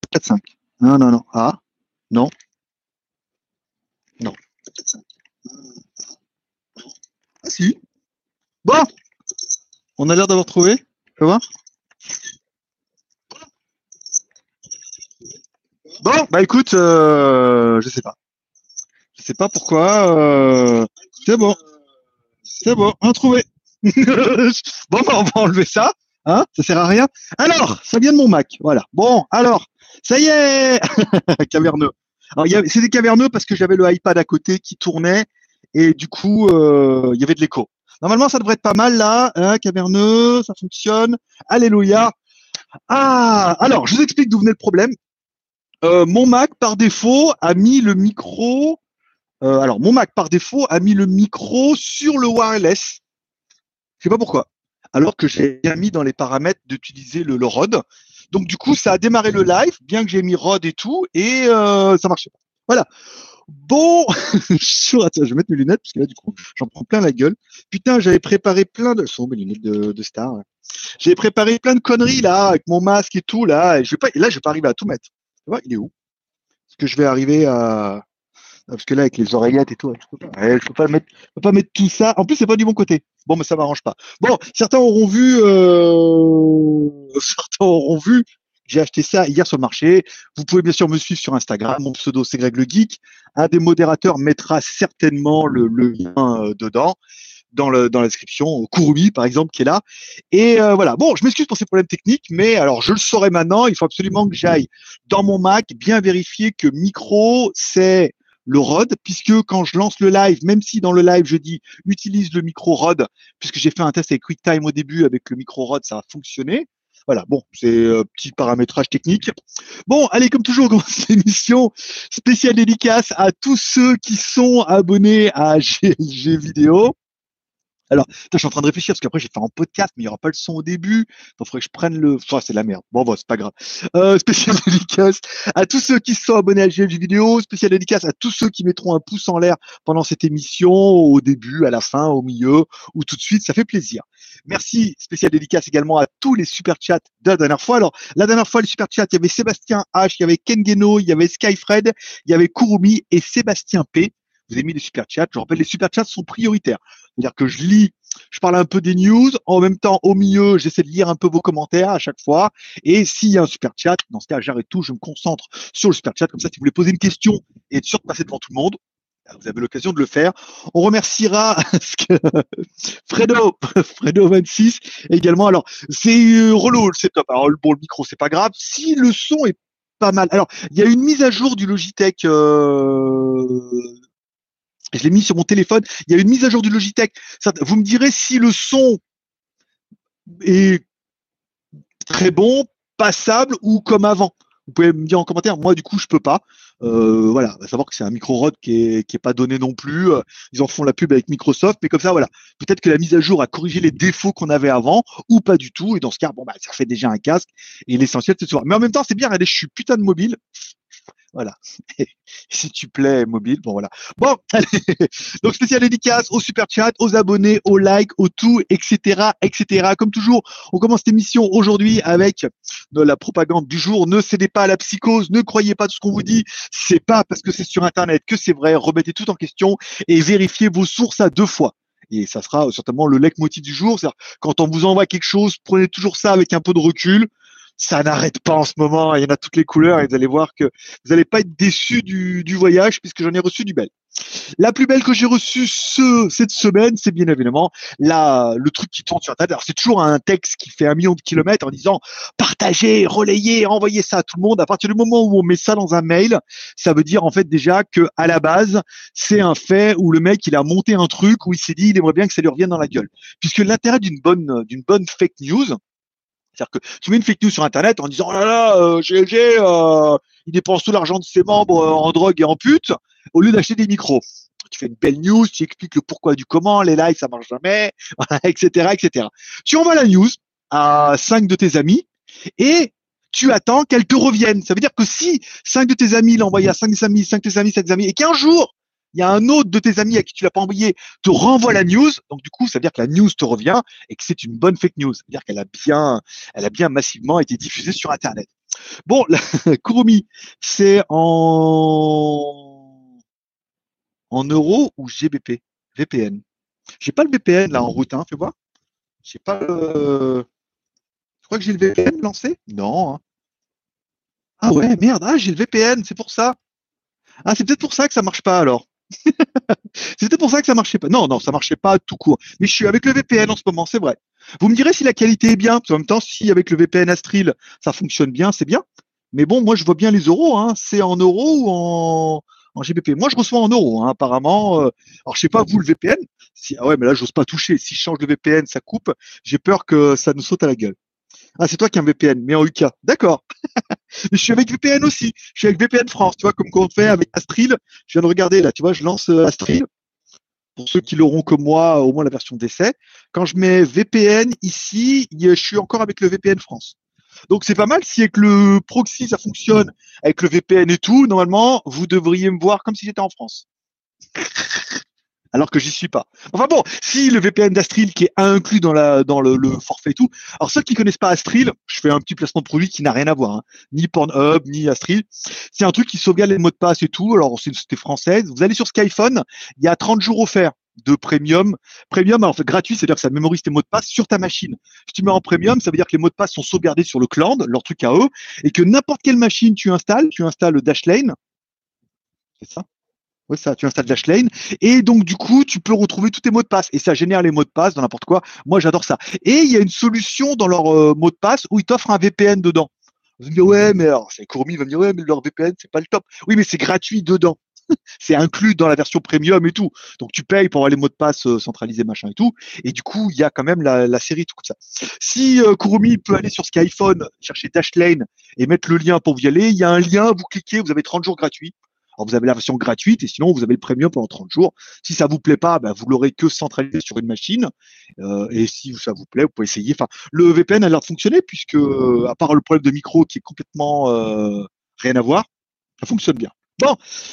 4-5. Non, non, non. Ah, non, non. Ah si. Bon, on a l'air d'avoir trouvé. Tu vas voir. Bon, bah écoute, je sais pas. Je sais pas pourquoi. C'est bon, c'est bon, on a trouvé. Bon, bah, on va enlever ça. Hein, ça sert à rien. Alors, ça vient de mon Mac. Voilà. Bon, alors, ça y est, caverneux. Alors, c'était caverneux parce que j'avais le iPad à côté qui tournait et du coup, il y avait de l'écho. Normalement, ça devrait être pas mal là, hein, caverneux, ça fonctionne. Alléluia. Ah, alors, je vous explique d'où venait le problème. Mon Mac, par défaut, a mis le micro. Alors, mon Mac, par défaut, a mis le micro sur le wireless. Je sais pas pourquoi. Alors que j'ai bien mis dans les paramètres d'utiliser le ROD. Donc, du coup, ça a démarré le live, bien que j'ai mis ROD et tout, et ça marchait pas. Voilà. Bon, attends, je vais mettre mes lunettes, parce que là, du coup, j'en prends plein la gueule. Putain, j'avais préparé plein de. Ce sont mes lunettes de star. Ouais. J'ai préparé plein de conneries, là, avec mon masque et tout, là. Et là, je vais pas arriver à tout mettre. Tu vois, il est où? Est-ce que je vais arriver à. Parce que là, avec les oreillettes et tout, je peux pas mettre tout ça. En plus, c'est pas du bon côté. Bon, mais ça m'arrange pas. Bon, certains auront vu. J'ai acheté ça hier sur le marché. Vous pouvez bien sûr me suivre sur Instagram. Mon pseudo, c'est Greg le Geek. Un des modérateurs mettra certainement le lien dedans, dans la description. Kurumi, par exemple, qui est là. Et voilà. Bon, je m'excuse pour ces problèmes techniques, mais alors, je le saurai maintenant. Il faut absolument que j'aille dans mon Mac, bien vérifier que micro, c'est le ROD, puisque quand je lance le live, même si dans le live je dis utilise le micro ROD, puisque j'ai fait un test avec QuickTime au début avec le micro ROD, ça a fonctionné. Voilà, bon, c'est petit paramétrage technique. Bon, allez, comme toujours, on commence l'émission spéciale dédicace à tous ceux qui sont abonnés à GLG Vidéo. Alors, je suis en train de réfléchir parce qu'après, j'ai fait un podcast, mais il n'y aura pas le son au début. Donc, il faudrait que je prenne le. Oh, c'est de la merde. Bon, c'est pas grave. Spécial dédicace à tous ceux qui se sont abonnés à GLG Vidéo. Spécial dédicace à tous ceux qui mettront un pouce en l'air pendant cette émission, au début, à la fin, au milieu, ou tout de suite. Ça fait plaisir. Merci. Spécial dédicace également à tous les super chats de la dernière fois. Alors, la dernière fois, les super chats, il y avait Sébastien H, il y avait Ken Geno, il y avait Skyfred, il y avait Kurumi et Sébastien P. Vous avez mis les super chats. Je rappelle, les super chats sont prioritaires. C'est-à-dire que je parle un peu des news, en même temps, au milieu, j'essaie de lire un peu vos commentaires à chaque fois. Et s'il y a un super chat, dans ce cas, j'arrête tout, je me concentre sur le super chat. Comme ça, si vous voulez poser une question et être sûr de passer devant tout le monde, vous avez l'occasion de le faire. On remerciera Fredo26 également. Alors, c'est relou le setup. Alors, bon, le micro, c'est pas grave. Si le son est pas mal. Alors, il y a une mise à jour du Logitech je l'ai mis sur mon téléphone. Il y a une mise à jour du Logitech. Vous me direz si le son est très bon, passable ou comme avant. Vous pouvez me dire en commentaire. Moi, du coup, je peux pas. Voilà, à savoir que c'est un micro ROD qui est pas donné non plus. Ils en font la pub avec Microsoft, mais comme ça, voilà. Peut-être que la mise à jour a corrigé les défauts qu'on avait avant, ou pas du tout. Et dans ce cas, bon bah, ça fait déjà un casque. Et l'essentiel, c'est de se voir. Mais en même temps, c'est bien. Regardez, je suis putain de mobile. Voilà. Et si tu plais, mobile, bon voilà. Bon, allez. Donc spécial dédicace aux super chats, aux abonnés, aux likes, aux tout, etc., etc. Comme toujours, on commence cette émission aujourd'hui avec de la propagande du jour. Ne cédez pas à la psychose, ne croyez pas tout ce qu'on vous dit. C'est pas parce que c'est sur Internet que c'est vrai. Remettez tout en question et vérifiez vos sources à deux fois. Et ça sera certainement le leitmotiv du jour. C'est-à-dire, quand on vous envoie quelque chose, prenez toujours ça avec un peu de recul. Ça n'arrête pas en ce moment. Il y en a toutes les couleurs et vous allez voir que vous n'allez pas être déçus du voyage puisque j'en ai reçu du bel. La plus belle que j'ai reçue cette semaine, c'est bien évidemment le truc qui tourne sur Internet. Alors, c'est toujours un texte qui fait 1 million de kilomètres en disant partagez, relayez, envoyez ça à tout le monde. À partir du moment où on met ça dans un mail, ça veut dire en fait déjà que à la base, c'est un fait où le mec il a monté un truc où il s'est dit il aimerait bien que ça lui revienne dans la gueule. Puisque l'intérêt d'une bonne fake news, c'est-à-dire que tu mets une fake news sur Internet en disant oh là là, GLG, il dépense tout l'argent de ses membres en drogue et en pute, au lieu d'acheter des micros. Tu fais une belle news, tu expliques le pourquoi du comment, les likes, ça marche jamais, etc., etc. Tu envoies la news à 5 de tes amis et tu attends qu'elle te revienne. Ça veut dire que si 5 de tes amis l'ont envoyé à 5 de tes amis, 5 de tes amis, 7 de tes amis, et qu'un jour, il y a un autre de tes amis à qui tu l'as pas envoyé, te renvoie la news. Donc, du coup, ça veut dire que la news te revient et que c'est une bonne fake news. Ça veut dire qu'elle a bien massivement été diffusée sur Internet. Bon, Kurumi, c'est en euros ou GBP? VPN. J'ai pas le VPN là en route, hein, fais voir. J'ai pas le. Je crois que j'ai le VPN lancé? Non, hein. Ah ouais, merde, ah, j'ai le VPN, c'est pour ça. Ah, c'est peut-être pour ça que ça marche pas alors. C'était pour ça que ça marchait pas. Non, non, ça marchait pas tout court. Mais je suis avec le VPN en ce moment, c'est vrai. Vous me direz si la qualité est bien, parce qu'en même temps, si avec le VPN Astril, ça fonctionne bien, c'est bien. Mais bon, moi, je vois bien les euros, hein. C'est en euros ou en GBP. Moi, je reçois en euros, hein, apparemment. Alors, je sais pas, vous, le VPN. Si, ah ouais, mais là, j'ose pas toucher. Si je change de VPN, ça coupe. J'ai peur que ça nous saute à la gueule. Ah, c'est toi qui as un VPN, mais en UK. D'accord. Mais je suis avec VPN aussi. Je suis avec VPN France, tu vois, comme on fait avec Astril. Je viens de regarder là, tu vois, je lance Astril. Pour ceux qui l'auront comme moi, au moins la version d'essai. Quand je mets VPN ici, je suis encore avec le VPN France. Donc c'est pas mal. Si avec le proxy ça fonctionne, avec le VPN et tout, normalement, vous devriez me voir comme si j'étais en France. Alors que j'y suis pas. Enfin bon, si le VPN d'Astril qui est inclus dans le forfait et tout. Alors ceux qui connaissent pas Astril, je fais un petit placement de produit qui n'a rien à voir, hein. Ni Pornhub, ni Astril. C'est un truc qui sauvegarde les mots de passe et tout. Alors c'est une société française. Vous allez sur Skyphone, il y a 30 jours offerts de premium. Premium, en fait, gratuit, c'est-à-dire que ça mémorise tes mots de passe sur ta machine. Si tu mets en premium, ça veut dire que les mots de passe sont sauvegardés sur le cloud, leur truc à eux, et que n'importe quelle machine tu installes Dashlane, c'est ça? Oui, ça, tu installes Dashlane. Et donc, du coup, tu peux retrouver tous tes mots de passe. Et ça génère les mots de passe dans n'importe quoi. Moi, j'adore ça. Et il y a une solution dans leur mot de passe où ils t'offrent un VPN dedans. Vous me dites, ouais, mais alors, c'est Courmi va me dire, ouais, mais leur VPN, c'est pas le top. Oui, mais c'est gratuit dedans. C'est inclus dans la version premium et tout. Donc, tu payes pour avoir les mots de passe centralisés, machin et tout. Et du coup, il y a quand même la série, tout comme ça. Si Kurumi peut aller sur Skyphone, chercher Dashlane et mettre le lien pour vous y aller, il y a un lien, vous cliquez, vous avez 30 jours gratuits. Alors, vous avez la version gratuite et sinon, vous avez le premium pendant 30 jours. Si ça vous plaît pas, ben, vous l'aurez que centralisé sur une machine. Et si ça vous plaît, vous pouvez essayer. Enfin, le VPN a l'air de fonctionner puisque, à part le problème de micro qui est complètement rien à voir, ça fonctionne bien. Bon,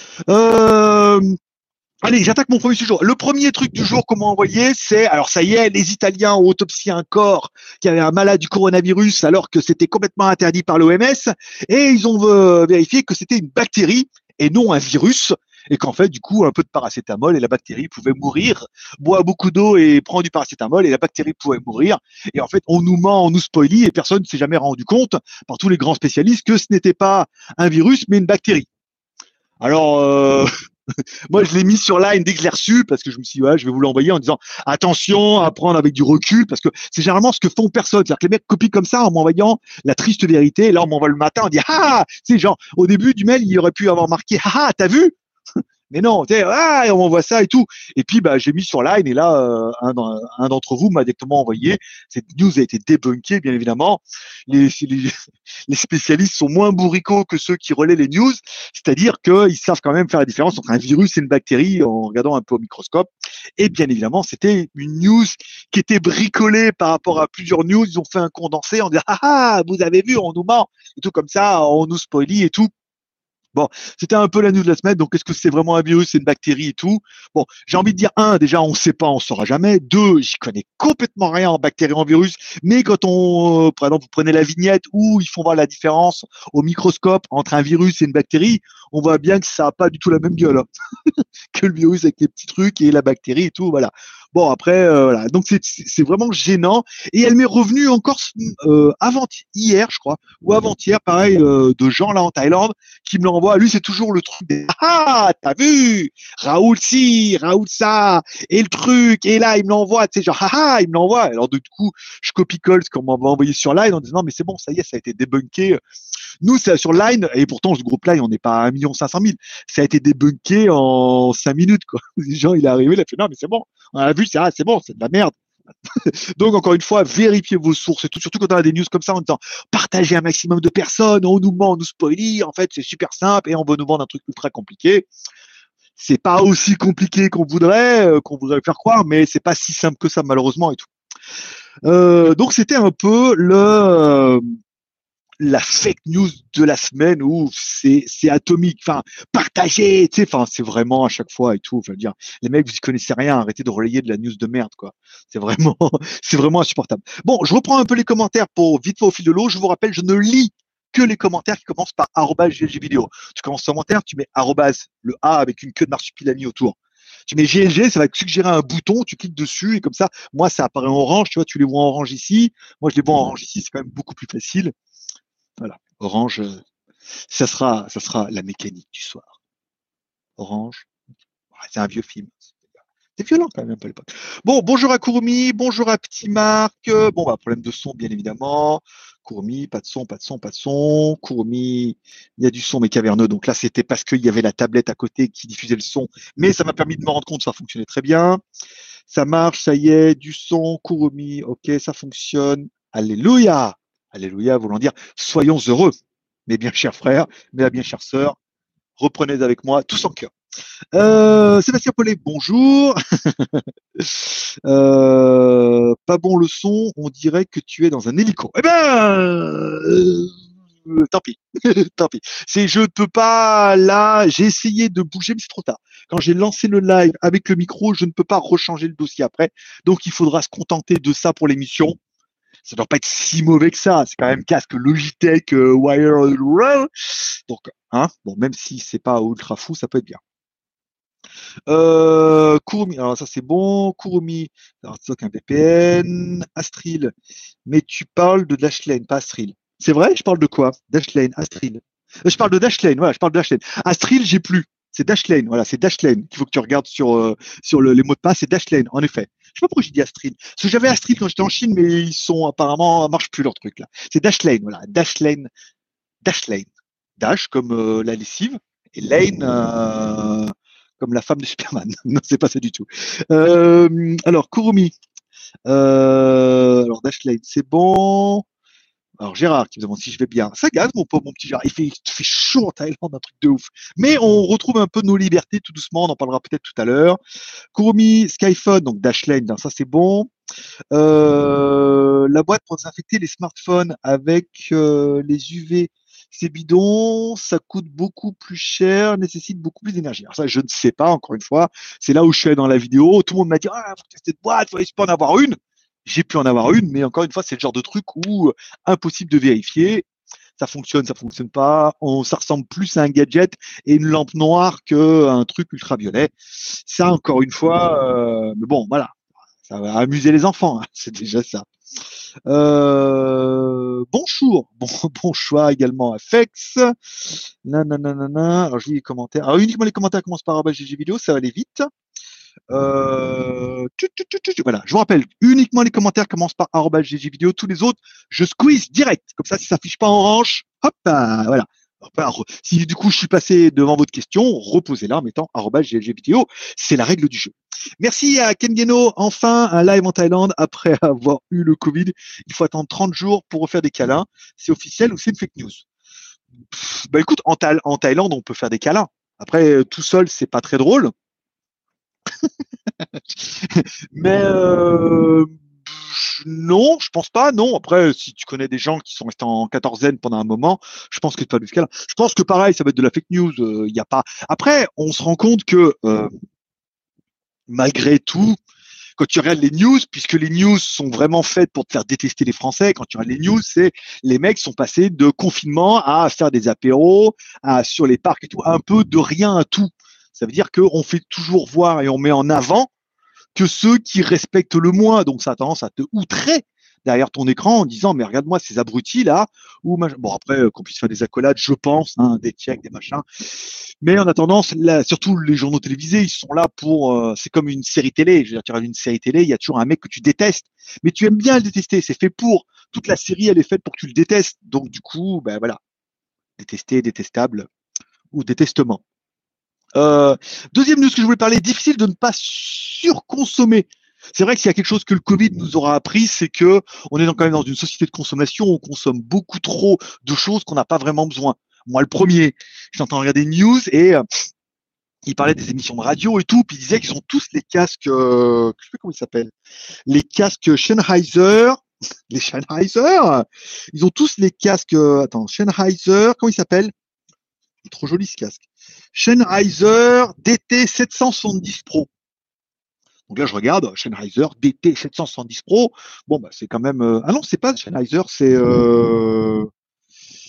euh, allez, j'attaque mon premier sujet. Le premier truc du jour qu'on m'a envoyé, c'est, alors ça y est, les Italiens ont autopsié un corps qui avait un malade du coronavirus alors que c'était complètement interdit par l'OMS et ils ont vérifié que c'était une bactérie et non un virus et qu'en fait, du coup, un peu de paracétamol et la bactérie pouvait mourir. Bois beaucoup d'eau et prends du paracétamol et la bactérie pouvait mourir. Et en fait, on nous ment, on nous spoilie et personne ne s'est jamais rendu compte par tous les grands spécialistes que ce n'était pas un virus mais une bactérie. Alors, moi, je l'ai mis sur Line dès que je l'ai reçu parce que je me suis dit, ouais, je vais vous l'envoyer en disant attention à prendre avec du recul parce que c'est généralement ce que font personne. C'est-à-dire que les mecs copient comme ça en m'envoyant la triste vérité. Et là, on m'envoie le matin, on dit ah, c'est genre au début du mail, il aurait pu avoir marqué ah, t'as vu? Mais non, tu sais, ah, on m'envoie ça et tout. Et puis, bah, j'ai mis sur Line et là, un d'entre vous m'a directement envoyé. Cette news a été débunkée, bien évidemment. Les, les spécialistes sont moins bourricots que ceux qui relaient les news, c'est-à-dire qu'ils savent quand même faire la différence entre un virus et une bactérie en regardant un peu au microscope. Et bien évidemment, c'était une news qui était bricolée par rapport à plusieurs news. Ils ont fait un condensé en disant ah ah, vous avez vu, on nous ment et tout comme ça, on nous spoilie et tout. Bon, c'était un peu la news de la semaine. Donc, est-ce que c'est vraiment un virus, c'est une bactérie et tout? Bon, j'ai envie de dire, un, déjà, on ne sait pas, on ne saura jamais. Deux, j'y connais complètement rien en bactéries, en virus. Mais quand par exemple, vous prenez la vignette où ils font voir la différence au microscope entre un virus et une bactérie, on voit bien que ça n'a pas du tout la même gueule, hein, que le virus avec les petits trucs et la bactérie et tout. Voilà. Bon, après, voilà. Donc, c'est vraiment gênant. Et elle m'est revenue encore hier, je crois, ou avant-hier, pareil, de gens là en Thaïlande qui me l'envoie. Lui, c'est toujours le truc des ah, t'as vu, Raoul ci, Raoul ça, et le truc, et là, il me l'envoie, tu sais, genre ah, il me l'envoie. Alors, du coup, je copie-colle ce qu'on m'a envoyé sur Line en disant, non, mais c'est bon, ça y est, ça a été débunké. Nous, c'est sur Line, et pourtant, ce groupe Line, on n'est pas à 1 500 000. Ça a été débunké en 5 minutes, quoi. Les gens, il est arrivé, il a fait, non, mais c'est bon, on a vu, c'est bon, c'est de la merde. Donc, encore une fois, vérifiez vos sources, et tout, surtout quand on a des news comme ça, en disant partagez un maximum de personnes, on nous ment, on nous spoilie, en fait, c'est super simple, et on veut nous vendre un truc ultra compliqué. C'est pas aussi compliqué qu'on voudrait faire croire, mais c'est pas si simple que ça, malheureusement, et tout. Donc, c'était un peu la fake news de la semaine où c'est atomique, enfin partagé, tu sais, enfin c'est vraiment à chaque fois et tout, enfin dire les mecs vous y connaissez rien, arrêtez de relayer de la news de merde quoi. C'est vraiment c'est vraiment insupportable. Bon, je reprends un peu les commentaires pour vite fait au fil de l'eau, je vous rappelle, je ne lis que les commentaires qui commencent par @GLG vidéo. Tu commences ton commentaire, tu mets arrobase, le A avec une queue de marsupilami autour. Tu mets GLG, ça va te suggérer un bouton, tu cliques dessus et comme ça, moi, ça apparaît en orange. Tu vois, tu les vois en orange ici. Moi, je les vois en orange ici. C'est quand même beaucoup plus facile. Voilà. Orange, ça sera la mécanique du soir. Orange. Ouais, c'est un vieux film. C'est violent quand même un peu à l'époque. Bon, bonjour à Kurumi, bonjour à Petit Marc. Bon, bah, problème de son, bien évidemment. Kurumi, pas de son, pas de son, pas de son. Kurumi, il y a du son mais caverneux. Donc là, c'était parce qu'il y avait la tablette à côté qui diffusait le son. Mais ça m'a permis de me rendre compte que ça fonctionnait très bien. Ça marche, ça y est, du son. Kurumi, ok, ça fonctionne. Alléluia. Alléluia, voulant dire soyons heureux. Mes bien chers frères, mes bien chères sœurs, reprenez avec moi tous en cœur. Sébastien Paulet, bonjour. Pas bon le son, on dirait que tu es dans un hélico. Eh ben, tant pis, tant pis. Je ne peux pas, là, j'ai essayé de bouger, mais c'est trop tard. Quand j'ai lancé le live avec le micro, je ne peux pas rechanger le dossier après. Donc, il faudra se contenter de ça pour l'émission. Ça ne doit pas être si mauvais que ça. C'est quand même casque Logitech, Wire. Donc, hein, bon, même si c'est pas ultra fou, ça peut être bien. Kurumi, alors ça c'est bon. Kurumi, alors c'est un VPN. Astril, mais tu parles de Dashlane, pas Astril. C'est vrai, je parle de quoi? Dashlane, Astril. Je parle de Dashlane, voilà, je parle de Dashlane. Astril, j'ai plus. C'est Dashlane, voilà, c'est Dashlane qu'il faut que tu regardes sur les mots de passe, c'est Dashlane, en effet. Je sais pas pourquoi j'ai dit Astril. Parce que j'avais Astril quand j'étais en Chine, mais ils sont apparemment, ça marche plus leur truc là. C'est Dashlane, voilà, Dashlane, Dashlane. Dash comme la lessive et Lane comme la femme de Superman. Non, c'est pas ça du tout. Alors, Kurumi. Alors, Dashlane, c'est bon. Alors, Gérard qui me demande si je vais bien. Ça gaz, mon pauvre, mon petit Gérard. Il fait chaud en Thaïlande, un truc de ouf. Mais on retrouve un peu nos libertés tout doucement. On en parlera peut-être tout à l'heure. Kurumi, Skyphone, donc Dashlane, ça c'est bon. La boîte pour désinfecter les smartphones avec les UV, c'est bidon, ça coûte beaucoup plus cher, nécessite beaucoup plus d'énergie. Alors ça, je ne sais pas, encore une fois, c'est là où je suis allé dans la vidéo, tout le monde m'a dit, ah, faut tester cette boîte, faut pas en avoir une. J'ai pu en avoir une, mais encore une fois, c'est le genre de truc où impossible de vérifier. Ça fonctionne pas. Ça ressemble plus à un gadget et une lampe noire qu'à un truc ultraviolet. Ça, encore une fois, mais bon, voilà. Ça va amuser les enfants, hein, c'est déjà ça. Bonjour, bon choix également à Fex. Nanana. Alors je lis les commentaires. Alors uniquement les commentaires commencent par @GG vidéo, ça va aller vite. Voilà, je vous rappelle, uniquement les commentaires commencent par @GG vidéo. Tous les autres, je squeeze direct. Comme ça, si ça s'affiche pas en orange, hop, voilà. Alors, si du coup je suis passé devant votre question, reposez-la en mettant @GLG vidéo. C'est la règle du jeu. Merci à Ken Geno. Enfin, un live en Thaïlande après avoir eu le Covid. Il faut attendre 30 jours pour refaire des câlins. C'est officiel ou c'est une fake news? Bah écoute, en Thaïlande, on peut faire des câlins. Après, tout seul, c'est pas très drôle. Mais non, je pense pas. Non. Après, si tu connais des gens qui sont restés en quatorzaine pendant un moment, je pense que c'est pas du câlin. Je pense que pareil, ça va être de la fake news. Il y a pas. Après, on se rend compte que malgré tout, quand tu regardes les news, puisque les news sont vraiment faites pour te faire détester les Français, quand tu regardes les news, c'est les mecs sont passés de confinement à faire des apéros, sur les parcs et tout, un peu de rien à tout. Ça veut dire qu'on fait toujours voir et on met en avant que ceux qui respectent le moins. Donc ça a tendance à te outrer derrière ton écran en disant mais regarde-moi ces abrutis là. Ou bon après qu'on puisse faire des accolades, je pense, hein, des checks, des machins. Mais en attendant, là, surtout les journaux télévisés, ils sont là pour. C'est comme une série télé. Je veux dire, tu regardes une série télé, il y a toujours un mec que tu détestes, mais tu aimes bien le détester. C'est fait pour. Toute la série, elle est faite pour que tu le détestes. Donc du coup, ben voilà, détester, détestable ou détestement. Deuxième news que je voulais parler, difficile de ne pas surconsommer. C'est vrai que s'il y a quelque chose que le Covid nous aura appris, c'est que on est quand même dans une société de consommation où on consomme beaucoup trop de choses qu'on n'a pas vraiment besoin. Moi, le premier, j'entends regarder une news et il parlait des émissions de radio et tout, puis il disait qu'ils ont tous les casques, je sais plus comment ils s'appellent, les casques Sennheiser, les Sennheiser, ils ont tous les casques, attends, Sennheiser, comment il s'appelle? Il est trop joli ce casque. Sennheiser DT770 Pro. Donc là, je regarde Sennheiser DT770 Pro. Bon, bah, c'est quand même. Ah non, c'est pas Sennheiser, c'est.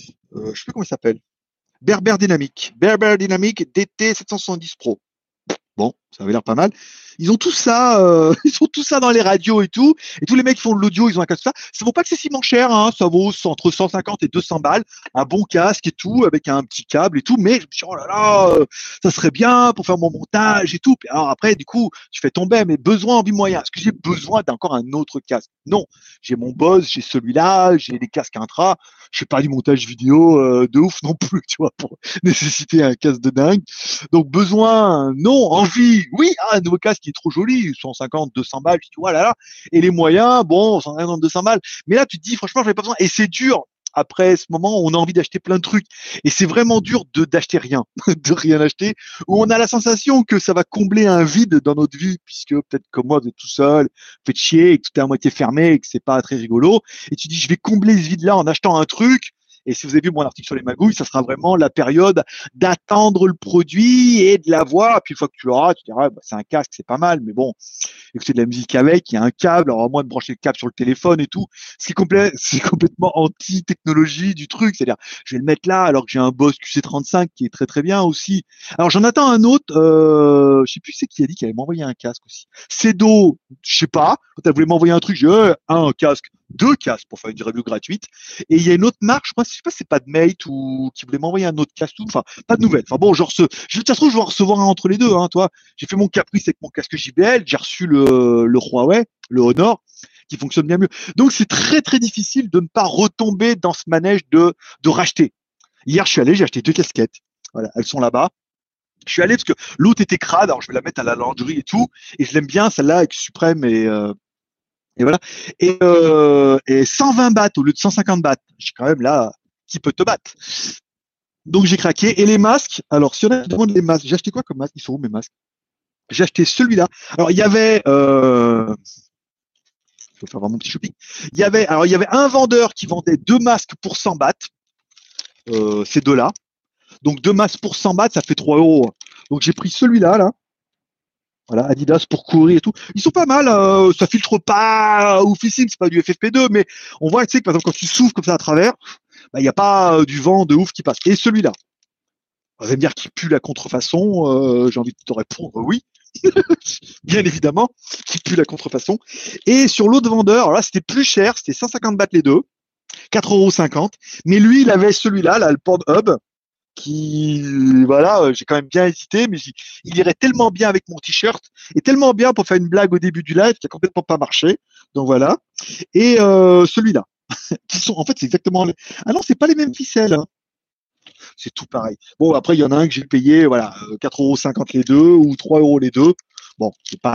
Je sais plus comment il s'appelle. Berber Dynamic. Berber Dynamic DT 770 Pro. Bon, ça avait l'air pas mal. Ils ont tout ça, ils ont tout ça dans les radios et tout. Et tous les mecs qui font de l'audio, ils ont un casque ça. Ça vaut pas excessivement cher, hein. Ça vaut entre 150 et 200 balles. Un bon casque et tout, avec un petit câble et tout. Mais je me suis dit, oh là là, ça serait bien pour faire mon montage et tout. Puis alors après, du coup, tu fais tomber, mais besoin, envie, moyen. Est-ce que j'ai besoin d'encore un autre casque? Non. J'ai mon Bose, j'ai celui-là, j'ai des casques intra. Je fais pas du montage vidéo de ouf non plus, tu vois, pour nécessiter un casque de dingue. Donc besoin, non, envie, oui, un nouveau casque qui est trop joli, 150, 200 balles, tu vois là là. Et les moyens, bon, 150, 200 balles. Mais là, tu te dis, franchement, j'avais pas besoin. Et c'est dur. Après ce moment, on a envie d'acheter plein de trucs. Et c'est vraiment dur d'acheter rien, de rien acheter. Où on a la sensation que ça va combler un vide dans notre vie, puisque peut-être comme moi, vous êtes tout seul, vous faites chier, et que tout est à moitié fermé, et que c'est pas très rigolo. Et tu dis, je vais combler ce vide-là en achetant un truc. Et si vous avez vu mon article sur les magouilles, ça sera vraiment la période d'attendre le produit et de l'avoir. Puis une fois que tu l'auras, tu diras, bah, c'est un casque, c'est pas mal, mais bon, écouter de la musique avec, il y a un câble, alors à moins de brancher le câble sur le téléphone et tout, ce qui est c'est complètement anti-technologie du truc. C'est-à-dire, je vais le mettre là alors que j'ai un Bose QC35 qui est très très bien aussi. Alors j'en attends un autre, je sais plus c'est qui a dit qu'il allait m'envoyer un casque aussi. Cedo, je sais pas, quand elle voulait m'envoyer un truc, j'ai un casque, deux casques pour faire une review gratuite. Et il y a une autre marque, je sais pas si c'est pas de Mate ou qui voulait m'envoyer un autre casque, enfin pas de nouvelles. Enfin bon, ça se trouve, je vais en recevoir un entre les deux, hein, toi. J'ai fait mon caprice avec mon casque JBL, j'ai reçu le Huawei, le Honor, qui fonctionne bien mieux. Donc c'est très très difficile de ne pas retomber dans ce manège de racheter. Hier, je suis allé, j'ai acheté deux casquettes. Voilà, elles sont là-bas. Je suis allé parce que l'autre était crade, alors je vais la mettre à la lingerie et tout, et je l'aime bien celle-là avec Suprême et voilà. Et 120 bahts au lieu de 150 bahts. J'ai quand même là, qui peut te battre? Donc j'ai craqué. Et les masques, alors si on a demande les masques, j'ai acheté quoi comme masque? Ils sont où mes masques? J'ai acheté celui-là. Alors il y avait, il faut faire vraiment mon petit shopping. Il y avait un vendeur qui vendait deux masques pour 100 bahts, ces deux-là. Donc deux masques pour 100 bahts, ça fait 3 euros. Donc j'ai pris celui-là, là. Voilà, Adidas pour courir et tout. Ils sont pas mal, ça filtre pas oufissime, c'est pas du FFP2, mais on voit, tu sais, que par exemple, quand tu souffles comme ça à travers, bah, il n'y a pas du vent de ouf qui passe. Et celui-là, vous allez me dire qu'il pue la contrefaçon, j'ai envie de te répondre oui, bien évidemment, qu'il pue la contrefaçon. Et sur l'autre vendeur, alors là, c'était plus cher, c'était 150 bahts les deux, 4,50 €, mais lui, il avait celui-là, là, le Pornhub, qui, voilà, j'ai quand même bien hésité, mais il irait tellement bien avec mon t-shirt et tellement bien pour faire une blague au début du live qui a complètement pas marché. Donc voilà. Et celui-là, qui sont, en fait, c'est exactement les... Ah non, c'est pas les mêmes ficelles, hein. C'est tout pareil. Bon, après, il y en a un que j'ai payé, voilà, 4,50 € les deux ou 3 € les deux. Bon,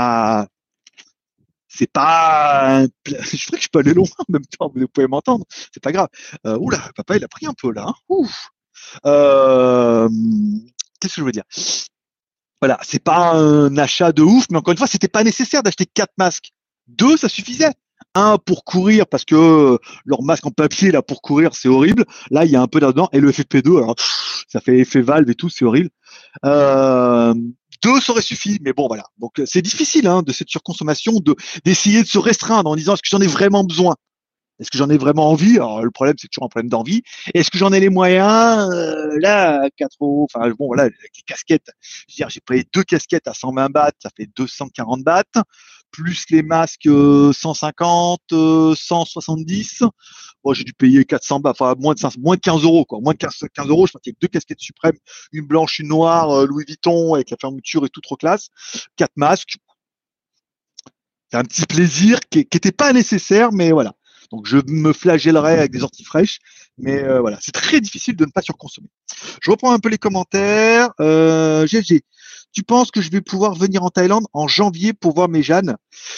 c'est pas, je ferais que je peux aller loin en même temps, vous pouvez m'entendre. C'est pas grave. Oula, papa, il a pris un peu là, hein. Ouf. Euh, Qu'est-ce que je veux dire? Voilà, c'est pas un achat de ouf, mais encore une fois, c'était pas nécessaire d'acheter 4 masques. Deux, ça suffisait. Un pour courir, parce que leur masque en papier, là, pour courir, c'est horrible. Là, il y a un peu là-dedans. Et le FFP2, alors, ça fait effet valve et tout, c'est horrible. Euh, Deux, ça aurait suffi, mais bon, voilà. Donc, c'est difficile, hein, de cette surconsommation, d'essayer de se restreindre en disant, est-ce que j'en ai vraiment besoin? Est-ce que j'en ai vraiment envie? Alors, le problème, c'est toujours un problème d'envie. Est-ce que j'en ai les moyens? Là, 4 euros. Enfin, bon, voilà, avec les casquettes. Je veux dire, j'ai payé deux casquettes à 120 bahts, ça fait 240 bahts. Plus les masques 150, 170. Bon, j'ai dû payer 400 bahts, enfin, moins de 15 euros, quoi. Moins de 15 euros, je pense qu'il y a deux casquettes suprêmes, une blanche, une noire, Louis Vuitton, avec la fermeture et tout trop classe. 4 masques. C'est un petit plaisir qui était pas nécessaire, mais voilà. Donc je me flagellerai avec des orties fraîches, mais voilà, c'est très difficile de ne pas surconsommer. Je reprends un peu les commentaires. GG, tu penses que je vais pouvoir venir en Thaïlande en janvier pour voir mes Jeannes?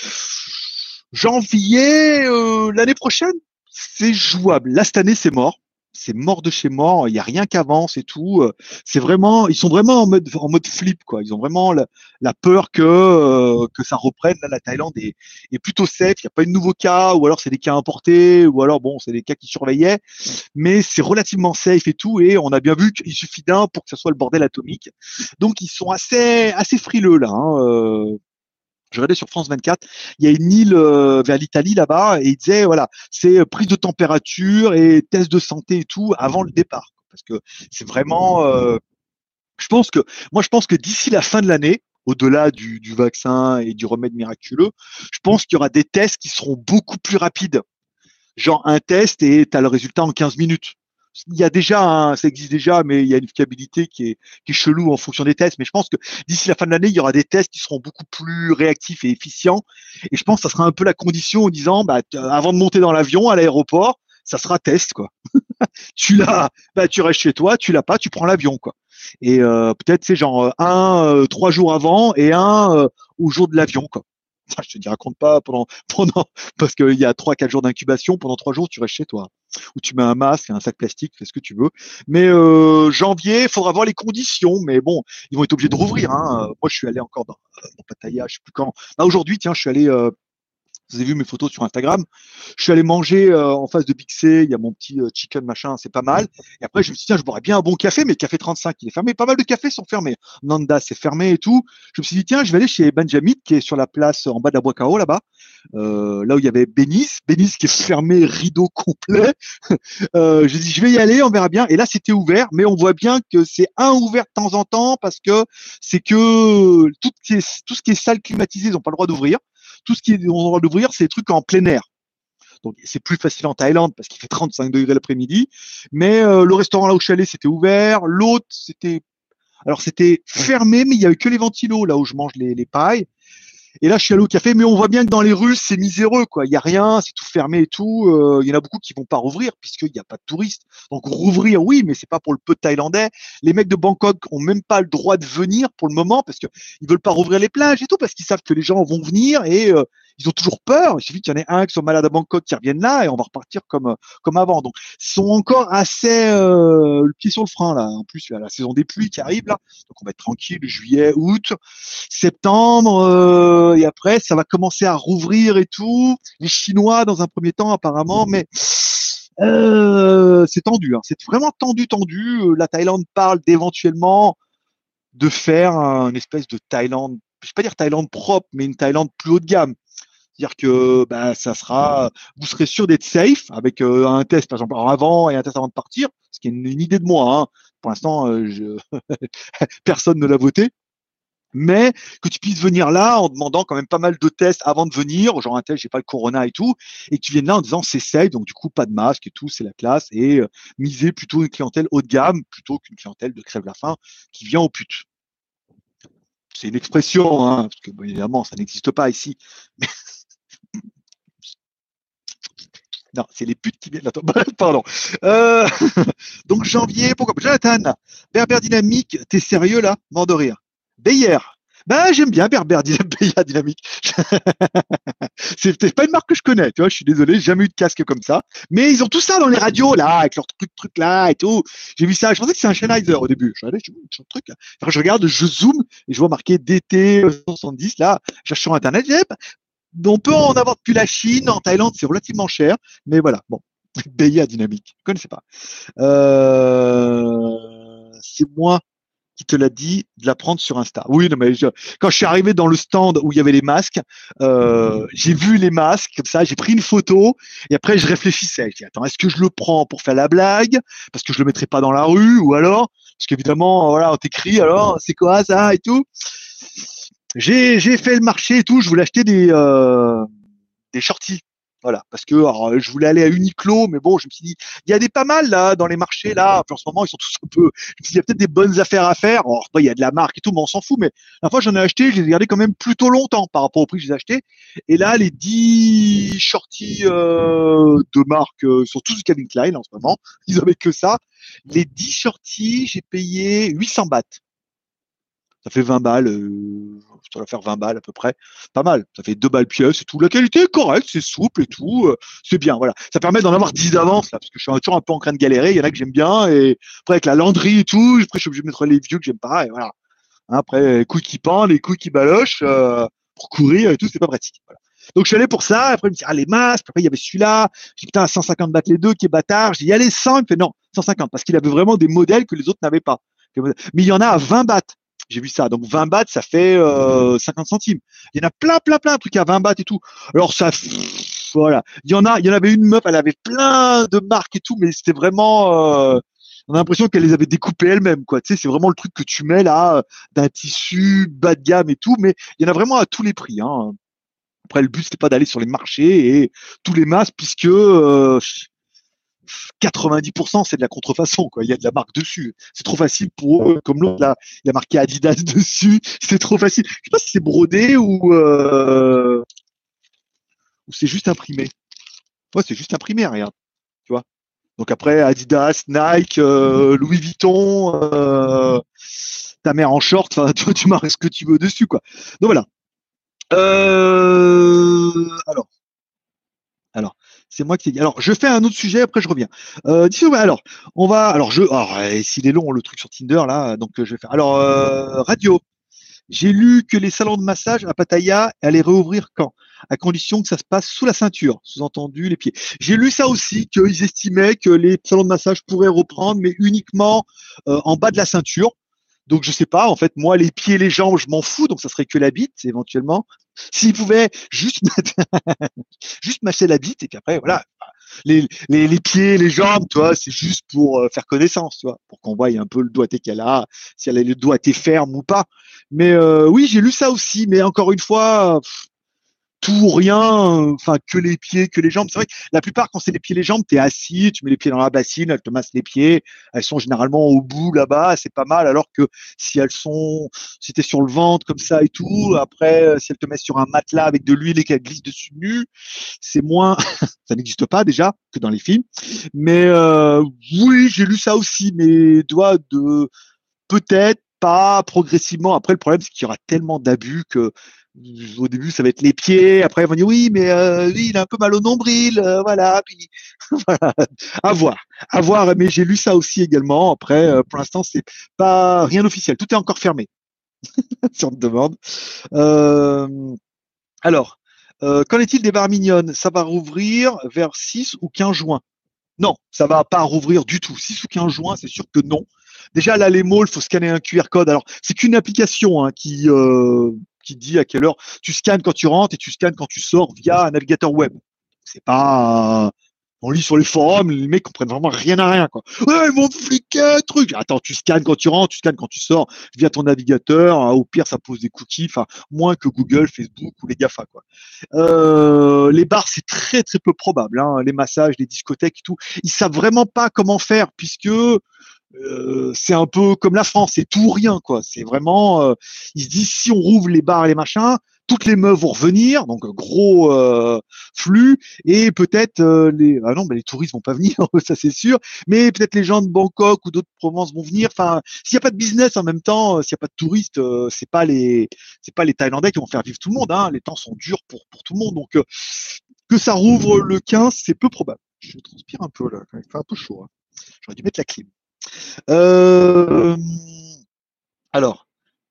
Janvier l'année prochaine, c'est jouable. Là cette année c'est mort. C'est mort de chez mort, il n'y a rien qui avance et tout. C'est vraiment, ils sont vraiment en mode flip, quoi. Ils ont vraiment la peur que ça reprenne. Là, la Thaïlande est plutôt safe. Il n'y a pas de nouveaux cas, ou alors c'est des cas importés, ou alors bon, c'est des cas qui surveillaient, mais c'est relativement safe et tout. Et on a bien vu qu'il suffit d'un pour que ça soit le bordel atomique. Donc ils sont assez frileux là, hein. Je regardais sur France 24, il y a une île vers l'Italie là-bas et il disait voilà, c'est prise de température et test de santé et tout avant le départ. Parce que c'est vraiment, je pense que je pense que d'ici la fin de l'année, au-delà du vaccin et du remède miraculeux, je pense qu'il y aura des tests qui seront beaucoup plus rapides. Genre un test et tu as le résultat en 15 minutes. Il y a déjà, ça existe déjà, mais il y a une fiabilité qui est chelou en fonction des tests. Mais je pense que d'ici la fin de l'année, il y aura des tests qui seront beaucoup plus réactifs et efficients. Et je pense que ça sera un peu la condition en disant, bah, avant de monter dans l'avion à l'aéroport, ça sera test, quoi. Tu l'as, bah, tu restes chez toi, tu l'as pas, tu prends l'avion, quoi. Et peut-être c'est genre 3 jours avant et au jour de l'avion, quoi. Je te dis, raconte pas pendant parce qu'il y a 3-4 jours d'incubation, pendant 3 jours, tu restes chez toi. Ou tu mets un masque, un sac plastique, fais ce que tu veux. Mais janvier, il faudra voir les conditions. Mais bon, ils vont être obligés de rouvrir. Hein. Moi, je suis allé encore dans Pattaya, je sais plus quand. Là, aujourd'hui, tiens, je suis allé vous avez vu mes photos sur Instagram. Je suis allé manger en face de Big C. Il y a mon petit chicken machin, c'est pas mal. Et après, je me suis dit, tiens, je boirais bien un bon café, mais le café 35, il est fermé. Pas mal de cafés sont fermés. Nanda, c'est fermé et tout. Je me suis dit, tiens, je vais aller chez Benjamin, qui est sur la place en bas de la Bois-Cao, là-bas. Là où il y avait Bénis qui est fermé, rideau complet. J'ai dit, je vais y aller, on verra bien. Et là, c'était ouvert, mais on voit bien que c'est ouvert de temps en temps parce que c'est que tout ce qui est salle climatisée, ils n'ont pas le droit d'ouvrir. Tout ce qui est on a le droit d'ouvrir, c'est des trucs en plein air. Donc c'est plus facile en Thaïlande parce qu'il fait 35 degrés l'après-midi. Mais le restaurant là où je suis allé, c'était ouvert. L'autre, c'était fermé, mais il y avait que les ventilos là où je mange les pailles. Et là, je suis allé au café, mais on voit bien que dans les rues, c'est miséreux, quoi. Il y a rien, c'est tout fermé et tout. Il y en a beaucoup qui vont pas rouvrir puisqu'il n'y a pas de touristes. Donc rouvrir, oui, mais c'est pas pour le peu de Thaïlandais. Les mecs de Bangkok ont même pas le droit de venir pour le moment parce que ils veulent pas rouvrir les plages et tout parce qu'ils savent que les gens vont venir et ils ont toujours peur. Il suffit qu'il y en ait un qui soit malade à Bangkok qui revienne là et on va repartir comme avant. Donc ils sont encore assez le pied sur le frein là. En plus, il y a la saison des pluies qui arrive là, donc on va être tranquille. Juillet, août, septembre. Et après, ça va commencer à rouvrir et tout. Les Chinois, dans un premier temps, apparemment, mais c'est tendu. Hein. C'est vraiment tendu. La Thaïlande parle d'éventuellement de faire une espèce de Thaïlande, je ne vais pas dire Thaïlande propre, mais une Thaïlande plus haut de gamme. C'est-à-dire que bah, vous serez sûr d'être safe avec un test, par exemple, avant et un test avant de partir, ce qui est une idée de moi. Hein. Pour l'instant, personne ne l'a voté. Mais que tu puisses venir là en demandant quand même pas mal de tests avant de venir, genre un test, j'ai pas le corona et tout, et que tu viennes là en disant c'est safe, donc du coup pas de masque et tout, c'est la classe, et miser plutôt une clientèle haut de gamme plutôt qu'une clientèle de crève-la-faim qui vient aux putes. C'est une expression, hein, parce que bon, évidemment ça n'existe pas ici. Mais... non, c'est les putes qui viennent là. Pardon. Donc janvier, pourquoi Jonathan, Berber Dynamique, t'es sérieux là? Mort de rire. Bayer. Ben, j'aime bien Berber Dynamique. C'est pas une marque que je connais, tu vois, je suis désolé, j'ai jamais eu de casque comme ça. Mais ils ont tout ça dans les radios, là, avec leurs trucs là et tout. J'ai vu ça, je pensais que c'était un Sennheiser au début. Je regardais, je truc. Après, je regarde, je zoome et je vois marqué DT 70, là, je cherche sur Internet, on peut en avoir depuis la Chine, en Thaïlande, c'est relativement cher, mais voilà, bon. Bayer Dynamique, je connaissais pas. C'est moi qui te l'a dit de la prendre sur Insta. Oui, non, mais quand je suis arrivé dans le stand où il y avait les masques, j'ai vu les masques comme ça, j'ai pris une photo et après je réfléchissais. Je dis attends, est-ce que je le prends pour faire la blague parce que je le mettrai pas dans la rue ou alors parce qu'évidemment voilà on t'écrit alors c'est quoi ça et tout. J'ai fait le marché et tout, je voulais acheter des shorties. Voilà, parce que alors, je voulais aller à Uniqlo, mais bon, je me suis dit, il y a des pas mal là dans les marchés là. Enfin, en ce moment, ils sont tous un peu. Je me suis dit, il y a peut-être des bonnes affaires à faire. Alors, il y a de la marque et tout, mais on s'en fout. Mais la fois, j'en ai acheté, je les ai gardés quand même plutôt longtemps par rapport au prix que je les ai achetés. Et là, les 10 shorties de marque sont tous du Calvin Klein en ce moment. Ils avaient que ça. Les 10 shorties, j'ai payé 800 bahts. Ça fait 20 balles, ça va faire 20 balles à peu près. Pas mal. Ça fait 2 balles pièce et tout. La qualité est correcte, c'est souple et tout. C'est bien, voilà. Ça permet d'en avoir 10 d'avance, là, parce que je suis toujours un peu en train de galérer. Il y en a que j'aime bien. Et après, avec la landry et tout, après, je suis obligé de mettre les vieux que j'aime pas. Et voilà. Après, les couilles qui pendent, les couilles qui balochent, pour courir et tout, c'est pas pratique. Voilà. Donc, je suis allé pour ça. Après, il me dit, les masques. Après, il y avait celui-là. J'ai dit, putain, 150 bahts les deux, qui est bâtard. J'ai dit, allez, 100. Il me fait, non, 150. Parce qu'il avait vraiment des modèles que les autres n'avaient pas. Mais il y en a à 20 bahts. J'ai vu ça. Donc 20 bahts, ça fait 50 centimes. Il y en a plein de trucs à 20 bahts et tout. Alors ça, voilà. Il y en avait une meuf, elle avait plein de marques et tout, mais c'était vraiment, on a l'impression qu'elle les avait découpées elle-même, quoi. Tu sais, c'est vraiment le truc que tu mets là, d'un tissu bas de gamme et tout, mais il y en a vraiment à tous les prix, hein. Après, le but, c'était pas d'aller sur les marchés et tous les masses, puisque 90% c'est de la contrefaçon, quoi. Il y a de la marque dessus. C'est trop facile pour eux. Comme l'autre, là, il a marqué Adidas dessus. C'est trop facile. Je sais pas si c'est brodé ou c'est juste imprimé. Ouais, c'est juste imprimé, regarde. Tu vois. Donc après, Adidas, Nike, Louis Vuitton, ta mère en short, enfin, toi, tu marques ce que tu veux dessus, quoi. Donc voilà. Alors, Alors, c'est moi qui ai dit. Alors, je fais un autre sujet, après je reviens. Alors, on va. S'il est long, le truc sur Tinder, là, donc je vais faire. Alors, radio. J'ai lu que les salons de massage à Pattaya allaient réouvrir quand? À condition que ça se passe sous la ceinture, sous-entendu les pieds. J'ai lu ça aussi, qu'ils estimaient que les salons de massage pourraient reprendre, mais uniquement en bas de la ceinture. Donc je sais pas, en fait, moi, les pieds et les jambes, je m'en fous, donc ça serait que la bite, éventuellement. S'ils pouvaient juste juste mâcher la bite, et puis après, voilà, les pieds, les jambes, tu vois, c'est juste pour faire connaissance, tu vois, pour qu'on voie un peu le doigté qu'elle a, si elle a le doigté ferme ou pas. Mais oui, j'ai lu ça aussi, mais encore une fois, tout ou rien, enfin que les pieds, que les jambes. C'est vrai que la plupart, quand c'est les pieds et les jambes, t'es assis, tu mets les pieds dans la bassine, elles te massent les pieds, elles sont généralement au bout là-bas, c'est pas mal. Alors que si t'es sur le ventre comme ça et tout, après, si elles te mettent sur un matelas avec de l'huile et qu'elles glissent dessus nu, c'est moins, ça n'existe pas déjà que dans les films. Mais oui, j'ai lu ça aussi, mais doit de peut-être pas progressivement. Après, le problème, c'est qu'il y aura tellement d'abus que au début, ça va être les pieds. Après, ils vont dire oui, mais oui, il a un peu mal au nombril, voilà. Puis voilà, à voir, à voir. Mais j'ai lu ça aussi également. Après, pour l'instant, c'est pas rien d'officiel. Tout est encore fermé, si on te demande. Euh, alors, qu'en est-il des bars mignonnes? Ça va rouvrir vers 6 ou 15 juin. Non, ça va pas rouvrir du tout. 6 ou 15 juin, c'est sûr que non. Déjà, là, les malls, il faut scanner un QR code. Alors, c'est qu'une application hein, qui dit à quelle heure tu scannes quand tu rentres et tu scannes quand tu sors via un navigateur web. C'est pas. On lit sur les forums, les mecs comprennent vraiment rien à rien. Quoi. Ouais, ils m'ont fliqué un truc. Attends, tu scannes quand tu rentres, tu scannes quand tu sors via ton navigateur. Hein, au pire, ça pose des cookies. Enfin, moins que Google, Facebook ou les GAFA. Quoi. Les bars, c'est très très peu probable. Hein, les massages, les discothèques et tout. Ils savent vraiment pas comment faire puisque c'est un peu comme la France, c'est tout ou rien, quoi. C'est vraiment, ils se disent si on rouvre les bars et les machins, toutes les meufs vont revenir, donc gros flux, et peut-être ah non, mais les touristes vont pas venir, ça c'est sûr, mais peut-être les gens de Bangkok ou d'autres provinces vont venir. Enfin, s'il n'y a pas de business en même temps, s'il n'y a pas de touristes, c'est pas les Thaïlandais qui vont faire vivre tout le monde. Hein. Les temps sont durs pour tout le monde, donc que ça rouvre le 15, c'est peu probable. Je transpire un peu là, il fait un peu chaud. Hein. J'aurais dû mettre la clim. Euh, alors,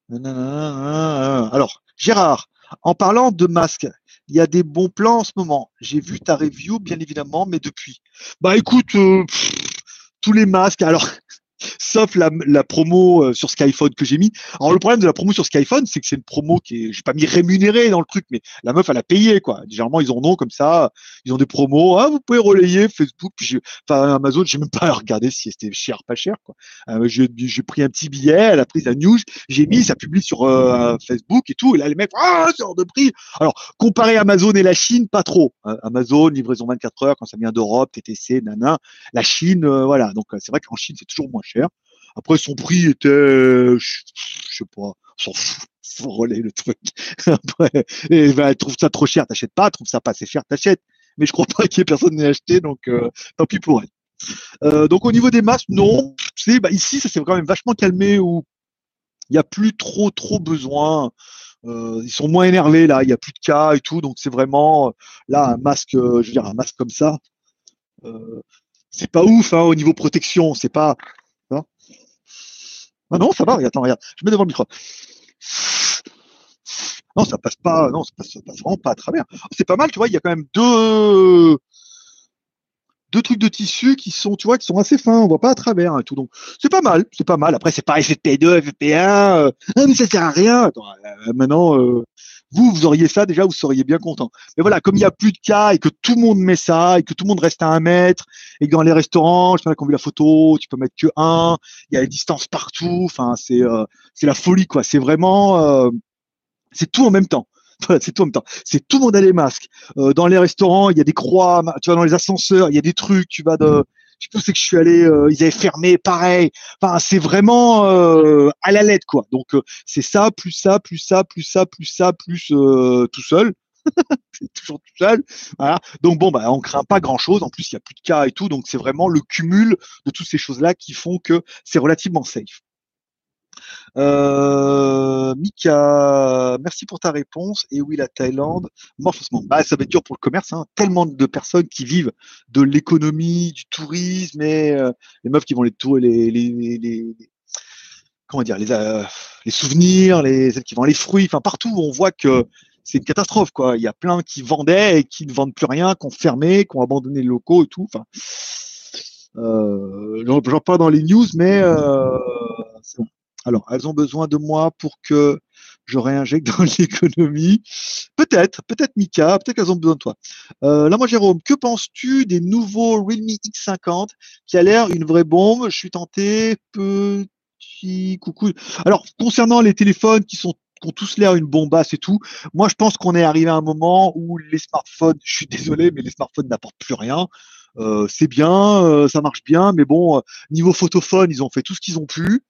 Gérard, en parlant de masques, il y a des bons plans en ce moment. J'ai vu ta review, bien évidemment, mais depuis. Bah écoute, tous les masques. Alors, sauf la promo sur Skyphone que j'ai mis. Alors le problème de la promo sur Skyphone, c'est que c'est une promo qui est, j'ai pas mis rémunérée dans le truc, mais la meuf elle a payé quoi. Généralement ils en ont comme ça, ils ont des promos. Ah vous pouvez relayer Facebook, enfin Amazon, j'ai même pas regardé si c'était cher pas cher quoi. J'ai pris un petit billet, elle a pris la news, j'ai mis, ça publie sur Facebook et tout. Et là les mecs, ah c'est hors de prix. Alors comparé Amazon et la Chine, pas trop. Amazon livraison 24 heures quand ça vient d'Europe, TTC, nana. La Chine, voilà. Donc c'est vrai qu'en Chine c'est toujours moins cher. Après, son prix était, je sais pas, on s'en fout. Faut relayer le truc. Après, et ben, elle trouve ça trop cher, t'achètes pas. Elle trouve ça pas assez cher, t'achètes. Mais je crois pas qu'il y ait personne n'ait acheté, donc tant pis pour elle. Donc au niveau des masques, non. Tu sais, bah, ici, ça s'est quand même vachement calmé où il y a plus trop besoin. Ils sont moins énervés là, il y a plus de cas et tout, donc c'est vraiment là un masque, je veux dire un masque comme ça, euh, c'est pas ouf hein, au niveau protection, c'est pas. Hein. Ah non, ça va, regarde, je mets devant le micro. Non, ça passe pas, non, ça passe vraiment pas à travers. C'est pas mal, tu vois, il y a quand même deux trucs de tissu qui sont, tu vois, qui sont assez fins, on voit pas à travers et tout. Donc c'est pas mal, c'est pas mal. Après c'est pas FFP2, FFP1, ah mais ça sert à rien. Attends, maintenant, vous auriez ça déjà, vous seriez bien content. Mais voilà, comme il y a plus de cas et que tout le monde met ça et que tout le monde reste à 1 mètre et que dans les restaurants, je sais pas qu'on vu la photo, tu peux mettre que un, il y a les distances partout. Enfin c'est la folie quoi. C'est vraiment c'est tout en même temps. Voilà, c'est tout en même temps. C'est tout le monde a les masques. Dans les restaurants, il y a des croix. Tu vas dans les ascenseurs, il y a des trucs. Tu vas de, je sais pas où c'est que je suis allé. Ils avaient fermé, pareil. Enfin, c'est vraiment à la lettre quoi. Donc c'est ça, plus ça, plus ça, plus ça, plus ça, plus tout seul. C'est toujours tout seul. Voilà. Donc bon, bah on craint pas grand chose. En plus, il y a plus de cas et tout. Donc c'est vraiment le cumul de toutes ces choses là qui font que c'est relativement safe. Mika, merci pour ta réponse. Et oui, la Thaïlande, morphosement. Bah, ça va être dur pour le commerce, hein. Tellement de personnes qui vivent de l'économie, du tourisme, et les meufs qui vont comment dire, les souvenirs, celles qui vendent les fruits, enfin partout, on voit que c'est une catastrophe, quoi. Il y a plein qui vendaient et qui ne vendent plus rien, qui ont fermé, qui ont abandonné les locaux et tout. Enfin, j'en parle dans les news, mais c'est bon. Alors, elles ont besoin de moi pour que je réinjecte dans l'économie. Peut-être Mika, peut-être qu'elles ont besoin de toi. Là, moi, Jérôme, que penses-tu des nouveaux Realme X50 qui a l'air une vraie bombe? Je suis tenté, petit coucou. Alors, concernant les téléphones qui ont tous l'air une bombasse et tout, moi, je pense qu'on est arrivé à un moment où les smartphones, je suis désolé, mais les smartphones n'apportent plus rien. C'est bien, ça marche bien, mais bon, niveau photophone, ils ont fait tout ce qu'ils ont pu.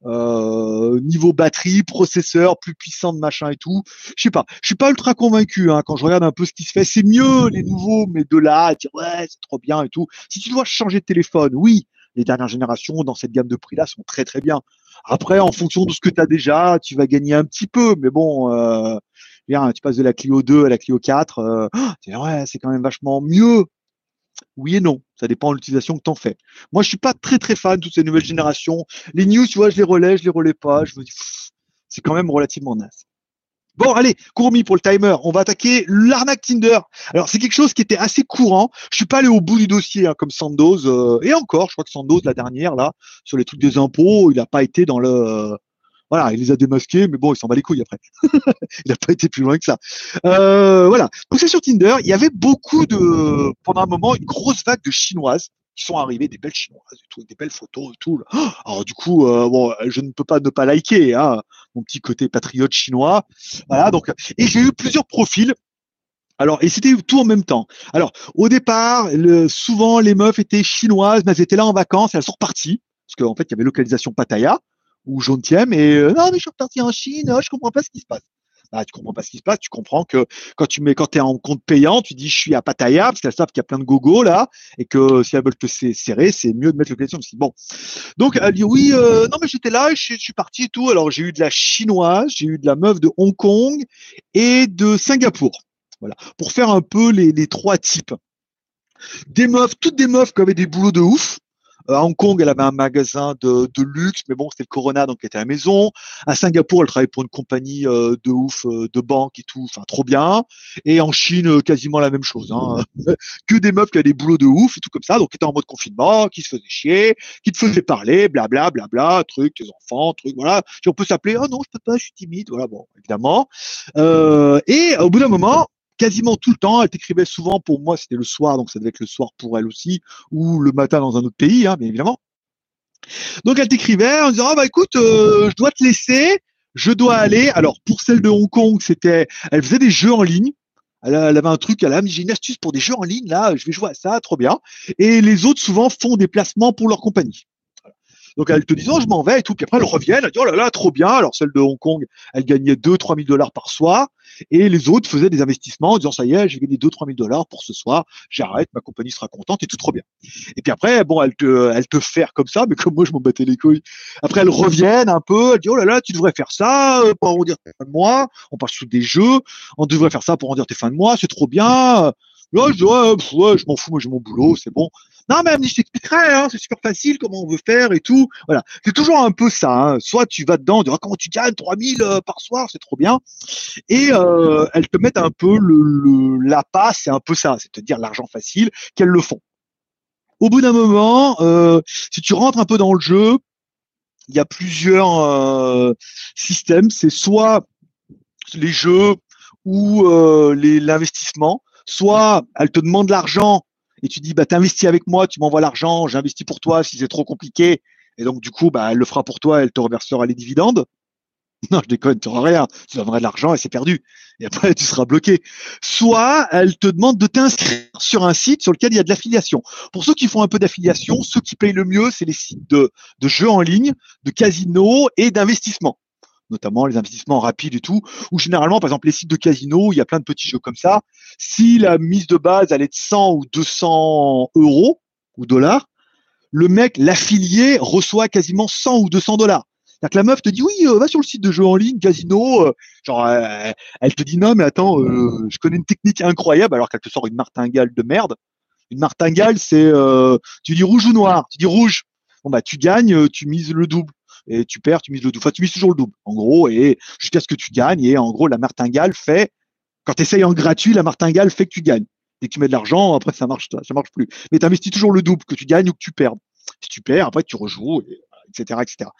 Niveau batterie, processeur, plus puissant de machin et tout. Je sais pas, je suis pas ultra convaincu hein, quand je regarde un peu ce qui se fait. C'est mieux les nouveaux, mais de là à dire ouais, c'est trop bien et tout. Si tu dois changer de téléphone, oui, les dernières générations dans cette gamme de prix là sont très très bien. Après, en fonction de ce que tu as déjà, tu vas gagner un petit peu, mais bon. Bien, tu passes de la Clio 2 à la Clio 4, ouais, c'est quand même vachement mieux. Oui et non, ça dépend de l'utilisation que tu en fais. Moi, je suis pas très très fan de toutes ces nouvelles générations. Les news, tu vois, je les relais pas. Je me dis, c'est quand même relativement naze. Bon, allez, Courmi pour le timer. On va attaquer l'arnaque Tinder. Alors, c'est quelque chose qui était assez courant. Je suis pas allé au bout du dossier hein, comme Sandoz. Et encore, je crois que Sandoz, la dernière, là, sur les trucs des impôts, il n'a pas été dans le... Voilà, il les a démasqués, mais bon, il s'en bat les couilles après. Il n'a pas été plus loin que ça. Voilà. Donc c'est sur Tinder, il y avait pendant un moment, une grosse vague de Chinoises qui sont arrivées, des belles Chinoises et tout, des belles photos et tout. Alors du coup, bon, je ne peux pas ne pas liker, hein, mon petit côté patriote chinois. Voilà. Donc, et j'ai eu plusieurs profils. Alors, et c'était tout en même temps. Alors, au départ, souvent les meufs étaient chinoises, mais elles étaient là en vacances, et elles sont reparties parce qu'en fait, il y avait localisation Pattaya ou Jomtien, et non, mais je suis reparti en Chine, je comprends pas ce qui se passe. Ah, tu comprends pas ce qui se passe, tu comprends que quand tu es en compte payant, tu dis je suis à Pattaya, parce qu'elles savent qu'il y a plein de gogos là, et que si elles veulent te serrer, c'est mieux de mettre localisation. Bon. Donc elle dit oui, non mais j'étais là, je suis parti et tout. Alors j'ai eu de la chinoise, j'ai eu de la meuf de Hong Kong et de Singapour. Voilà. Pour faire un peu les trois types. Toutes des meufs qui avaient des boulots de ouf. À Hong Kong, elle avait un magasin de luxe, mais bon, c'était le Corona, donc elle était à la maison. À Singapour, elle travaillait pour une compagnie de ouf, de banque et tout, enfin trop bien. Et en Chine, quasiment la même chose. Hein. Que des meufs qui avaient des boulots de ouf et tout comme ça, donc qui étaient en mode confinement, qui se faisaient chier, qui te faisaient parler, blabla, blabla, truc, tes enfants, truc, voilà. Si on peut s'appeler, oh non, je peux pas, je suis timide, voilà, bon, évidemment. Et au bout d'un moment, quasiment tout le temps. Elle t'écrivait souvent, pour moi, c'était le soir, donc ça devait être le soir pour elle aussi, ou le matin dans un autre pays, hein, bien évidemment. Donc elle t'écrivait en disant, ah bah écoute, je dois te laisser, je dois aller. Alors pour celle de Hong Kong, elle faisait des jeux en ligne. Elle avait un truc, elle a dit, j'ai une astuce pour des jeux en ligne, là, je vais jouer à ça, trop bien. Et les autres, souvent, font des placements pour leur compagnie. Donc elle te disait, oh, je m'en vais et tout. Puis après, elle revient, elle dit, oh là là, trop bien. Alors celle de Hong Kong, elle gagnait 2-3 000 dollars par soir. Et les autres faisaient des investissements en disant, ça y est, j'ai gagné 2-3 000 dollars pour ce soir. J'arrête, ma compagnie sera contente et tout trop bien. Et puis après, bon, elle te fait comme ça, mais comme moi, je m'en battais les couilles. Après, elles reviennent un peu, elle dit, oh là là, tu devrais faire ça pour arrondir tes fins de mois. On parle sous des jeux. On devrait faire ça pour arrondir tes fins de mois. C'est trop bien. Là, je dis, ouais, je m'en fous, moi j'ai mon boulot, c'est bon. Non, mais elle me dit, je t'expliquerai, hein, c'est super facile, comment on veut faire et tout. Voilà. C'est toujours un peu ça, hein. Soit tu vas dedans, tu dis, comment tu gagnes 3000 par soir, c'est trop bien. Et elles te mettent un peu l'appât, c'est un peu ça, c'est-à-dire l'argent facile, qu'elles le font. Au bout d'un moment, si tu rentres un peu dans le jeu, il y a plusieurs systèmes. C'est soit les jeux ou l'investissement, soit elle te demande l'argent et tu dis bah t'investis avec moi, tu m'envoies l'argent, j'investis pour toi si c'est trop compliqué et donc du coup bah elle le fera pour toi, elle te reversera les dividendes. Non, je déconne, tu n'auras rien. Tu donneras de l'argent et c'est perdu. Et après, tu seras bloqué. Soit elle te demande de t'inscrire sur un site sur lequel il y a de l'affiliation. Pour ceux qui font un peu d'affiliation, ceux qui payent le mieux, c'est les sites de jeux en ligne, de casino et d'investissement, notamment les investissements rapides et tout, où généralement, par exemple, les sites de casino, il y a plein de petits jeux comme ça. Si la mise de base, elle est de 100 ou 200 euros ou dollars, le mec, l'affilié, reçoit quasiment 100 ou 200 dollars. C'est-à-dire que la meuf te dit, oui, va sur le site de jeux en ligne, casino, genre, elle te dit, non, mais attends, je connais une technique incroyable, alors qu'elle te sort une martingale de merde. Une martingale, c'est, tu dis rouge ou noir, tu dis rouge. Bon, bah, tu gagnes, tu mises le double. Et tu perds, tu mises le double. Enfin, tu mises toujours le double, en gros, et jusqu'à ce que tu gagnes. Et en gros, la martingale fait, quand tu essayes en gratuit, la martingale fait que tu gagnes. Dès que tu mets de l'argent, après, ça marche plus. Mais tu investis toujours le double, que tu gagnes ou que tu perds. Si tu perds, après, tu rejoues, etc., etc.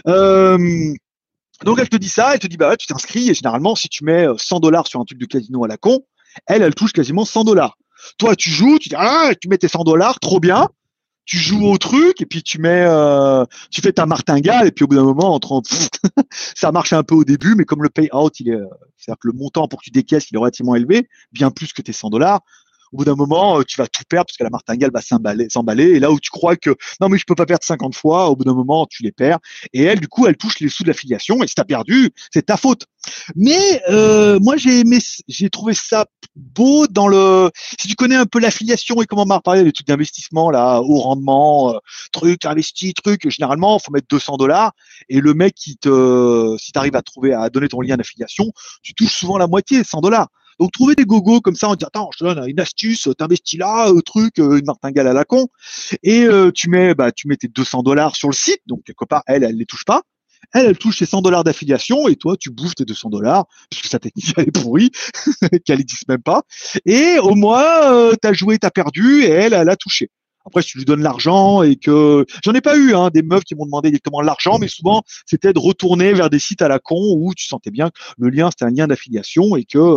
Donc, elle te dit ça, elle te dit, bah, tu t'inscris, et généralement, si tu mets 100 dollars sur un truc de casino à la con, elle touche quasiment 100 dollars. Toi, tu joues, tu dis, ah, tu mets tes 100 dollars, trop bien. Tu joues au truc, et puis tu fais ta martingale, et puis au bout d'un moment, ça marche un peu au début, mais comme le payout, c'est-à-dire que le montant pour que tu décaisses, il est relativement élevé, bien plus que tes 100 dollars. Au bout d'un moment, tu vas tout perdre parce que la martingale va s'emballer. Et là où tu crois que non, mais je peux pas perdre 50 fois, au bout d'un moment, tu les perds. Et elle, du coup, elle touche les sous de l'affiliation. Et si t'as perdu, c'est ta faute. Mais moi, j'ai trouvé ça beau dans le. Si tu connais un peu l'affiliation et comment on m'a parlé des trucs d'investissement là, haut rendement, truc investi, truc. Généralement, faut mettre 200 dollars. Et le mec si t'arrives à trouver à donner ton lien d'affiliation, tu touches souvent la moitié, 100 dollars. Donc, trouver des gogos comme ça, on dit, attends, je te donne une astuce, t'investis là, une martingale à la con, et tu mets tes 200 dollars sur le site, donc quelque part, elle les touche pas. Elle touche ses 100 dollars d'affiliation, et toi, tu bouffes tes 200 dollars, puisque sa technique, elle est pourrie, qu'elle n'existe même pas. Et au moins, t'as joué, t'as perdu, et elle a touché. Après, si tu lui donnes l'argent et que j'en ai pas eu des meufs qui m'ont demandé directement l'argent, mais souvent c'était de retourner vers des sites à la con où tu sentais bien que le lien c'était un lien d'affiliation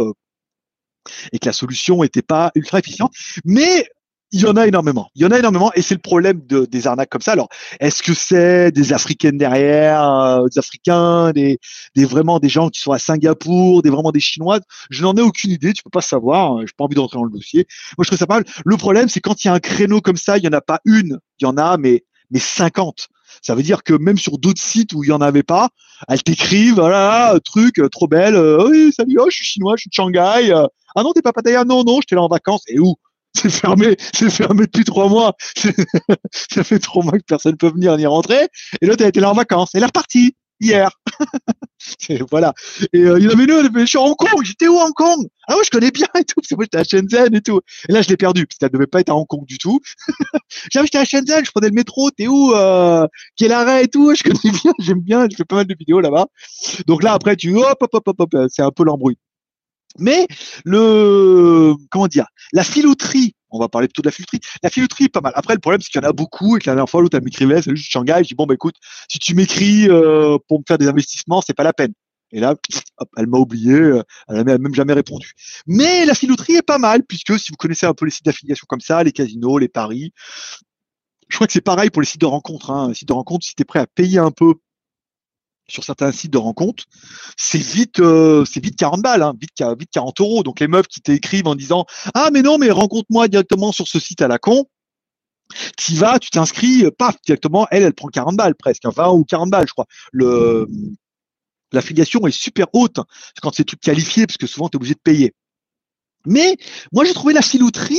et que la solution n'était pas ultra efficiente. Mais il y en a énormément. Il y en a énormément et c'est le problème des arnaques comme ça. Alors, est-ce que c'est des Africaines derrière, des Africains, vraiment des gens qui sont à Singapour, vraiment des Chinoises? Je n'en ai aucune idée. Tu peux pas savoir. J'ai pas envie d'entrer dans le dossier. Moi, je trouve ça pas mal. Le problème, c'est quand il y a un créneau comme ça, il y en a pas une, il y en a mais 50. Ça veut dire que même sur d'autres sites où il y en avait pas, elles t'écrivent, voilà, truc, trop belle, oui, salut, je suis chinois, je suis de Shanghai, ah non, t'es pas Pattaya, non, j'étais là en vacances, et où? C'est fermé depuis 3 mois, ça fait 3 mois que personne ne peut venir ni rentrer, et l'autre, elle était là en vacances, elle est repartie, hier. Voilà. Et il y en avait une, je suis à Hong Kong, j'étais où à Hong Kong? Ah ouais, je connais bien et tout, parce que moi j'étais à Shenzhen et tout. Et là, je l'ai perdu, parce qu'elle devait pas être à Hong Kong du tout. J'étais à Shenzhen, je prenais le métro, t'es où, quel arrêt et tout, je connais bien, j'aime bien, je fais pas mal de vidéos là-bas. Donc là, après, hop, c'est un peu l'embrouille. Mais comment dire, la filouterie, on va parler plutôt de la filouterie. La filouterie est pas mal. Après, le problème, c'est qu'il y en a beaucoup et que la dernière fois, l'autre, elle m'écrivait, salut, je suis Shanghai. Je dis, bon, bah, écoute, si tu m'écris, pour me faire des investissements, c'est pas la peine. Et là, hop, elle m'a oublié, elle n'a même jamais répondu. Mais la filouterie est pas mal, puisque si vous connaissez un peu les sites d'affiliation comme ça, les casinos, les paris, je crois que c'est pareil pour les sites de rencontres. Un site de rencontre, si tu es prêt à payer un peu sur certains sites de rencontres, c'est vite 40 balles, vite 40 euros. Donc les meufs qui t'écrivent en disant ah mais non mais rencontre-moi directement sur ce site à la con, t'y vas, tu t'inscris, paf directement, elle prend 40 balles presque, 20 ou 40 balles je crois. L'affiliation est super haute quand c'est tout qualifié parce que souvent tu es obligé de payer. Mais moi j'ai trouvé la filouterie,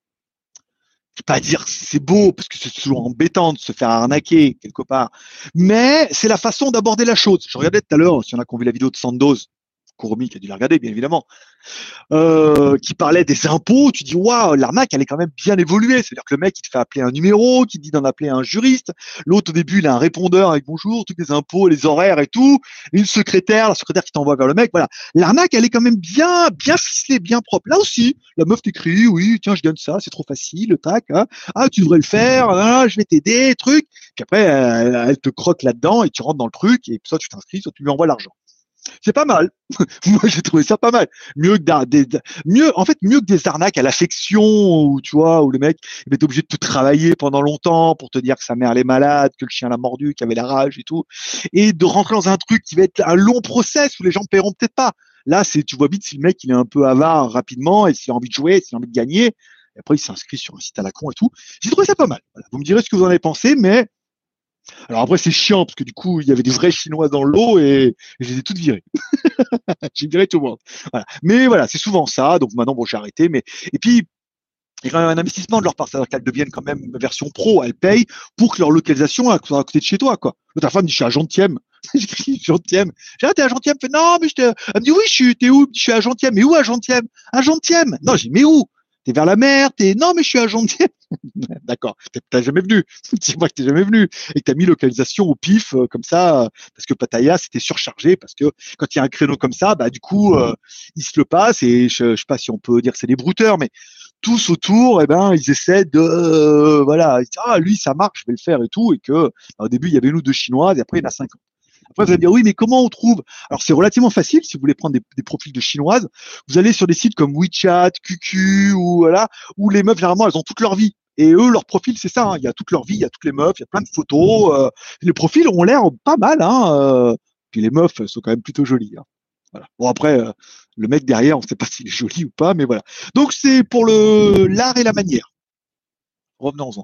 je vais pas dire c'est beau parce que c'est toujours embêtant de se faire arnaquer quelque part, mais c'est la façon d'aborder la chose. Je regardais tout à l'heure, s'il y en a qui ont vu la vidéo de Sandoz, Kuromi qui a dû la regarder, bien évidemment, qui parlait des impôts. Tu dis, waouh, l'arnaque, elle est quand même bien évoluée. C'est-à-dire que le mec, il te fait appeler un numéro, qui te dit d'en appeler un juriste. L'autre, au début, il a un répondeur avec bonjour, tous les impôts, les horaires et tout. Une secrétaire, la secrétaire qui t'envoie vers le mec. Voilà. L'arnaque, elle est quand même bien ficelée, bien propre. Là aussi, la meuf t'écrit, oui, tiens, je gagne ça, c'est trop facile, tac, hein. Ah, tu devrais le faire, ah, je vais t'aider, truc. Puis après, elle te croque là-dedans et tu rentres dans le truc et soit tu t'inscris, soit tu lui envoies l'argent. C'est pas mal. Moi, j'ai trouvé ça pas mal. Mieux que mieux que des arnaques à l'affection où, tu vois, où le mec est obligé de te travailler pendant longtemps pour te dire que sa mère elle est malade, que le chien l'a mordu, qu'il avait la rage et tout. Et de rentrer dans un truc qui va être un long process où les gens paieront peut-être pas. Là, tu vois vite si le mec, il est un peu avare rapidement et s'il a envie de jouer, s'il a envie de gagner. Et après, il s'inscrit sur un site à la con et tout. J'ai trouvé ça pas mal. Voilà. Vous me direz ce que vous en avez pensé, mais alors après, c'est chiant parce que du coup, il y avait des vrais Chinois dans le lot et je les ai toutes virés. J'ai viré tout le monde. Voilà. Mais voilà, c'est souvent ça. Donc maintenant, bon, j'ai arrêté. Mais et puis, il y a quand même un investissement de leur part, c'est-à-dire qu'elles deviennent quand même version pro. Elles payent pour que leur localisation soit à côté de chez toi, quoi. Ta femme dit, je suis à Gentième. J'écris Gentième. J'ai dit, t'es à Gentième? Elle fait, non, mais elle me dit, oui, t'es où? Je suis à Gentième. Mais où à Gentième? À Gentième. Non, j'ai dit, mais où? T'es vers la mer, non, mais je suis à Gentième. D'accord. T'as jamais venu. Dis-moi que t'es jamais venu. Et que t'as mis localisation au pif, comme ça, parce que Pattaya, c'était surchargé, parce que quand il y a un créneau comme ça, bah, du coup, ils se le passent, et je sais pas si on peut dire que c'est des brouteurs, mais tous autour, eh ben, ils essaient de, voilà, ils disent, ah, lui, ça marche, je vais le faire et tout, et que, bah, au début, il y avait une ou deux chinoises, et après, il y en a 50. Après, vous allez me dire, oui, mais comment on trouve? Alors, c'est relativement facile si vous voulez prendre des profils de chinoises. Vous allez sur des sites comme WeChat, QQ, ou voilà, où les meufs, généralement, elles ont toute leur vie. Et eux, leur profil, c'est ça, hein. Il y a toute leur vie, il y a toutes les meufs, il y a plein de photos. Les profils ont l'air pas mal, hein. Puis les meufs, elles sont quand même plutôt jolies, hein. Voilà. Bon, après, le mec derrière, on ne sait pas s'il est joli ou pas, mais voilà. Donc, c'est pour l'art et la manière. Revenons-en.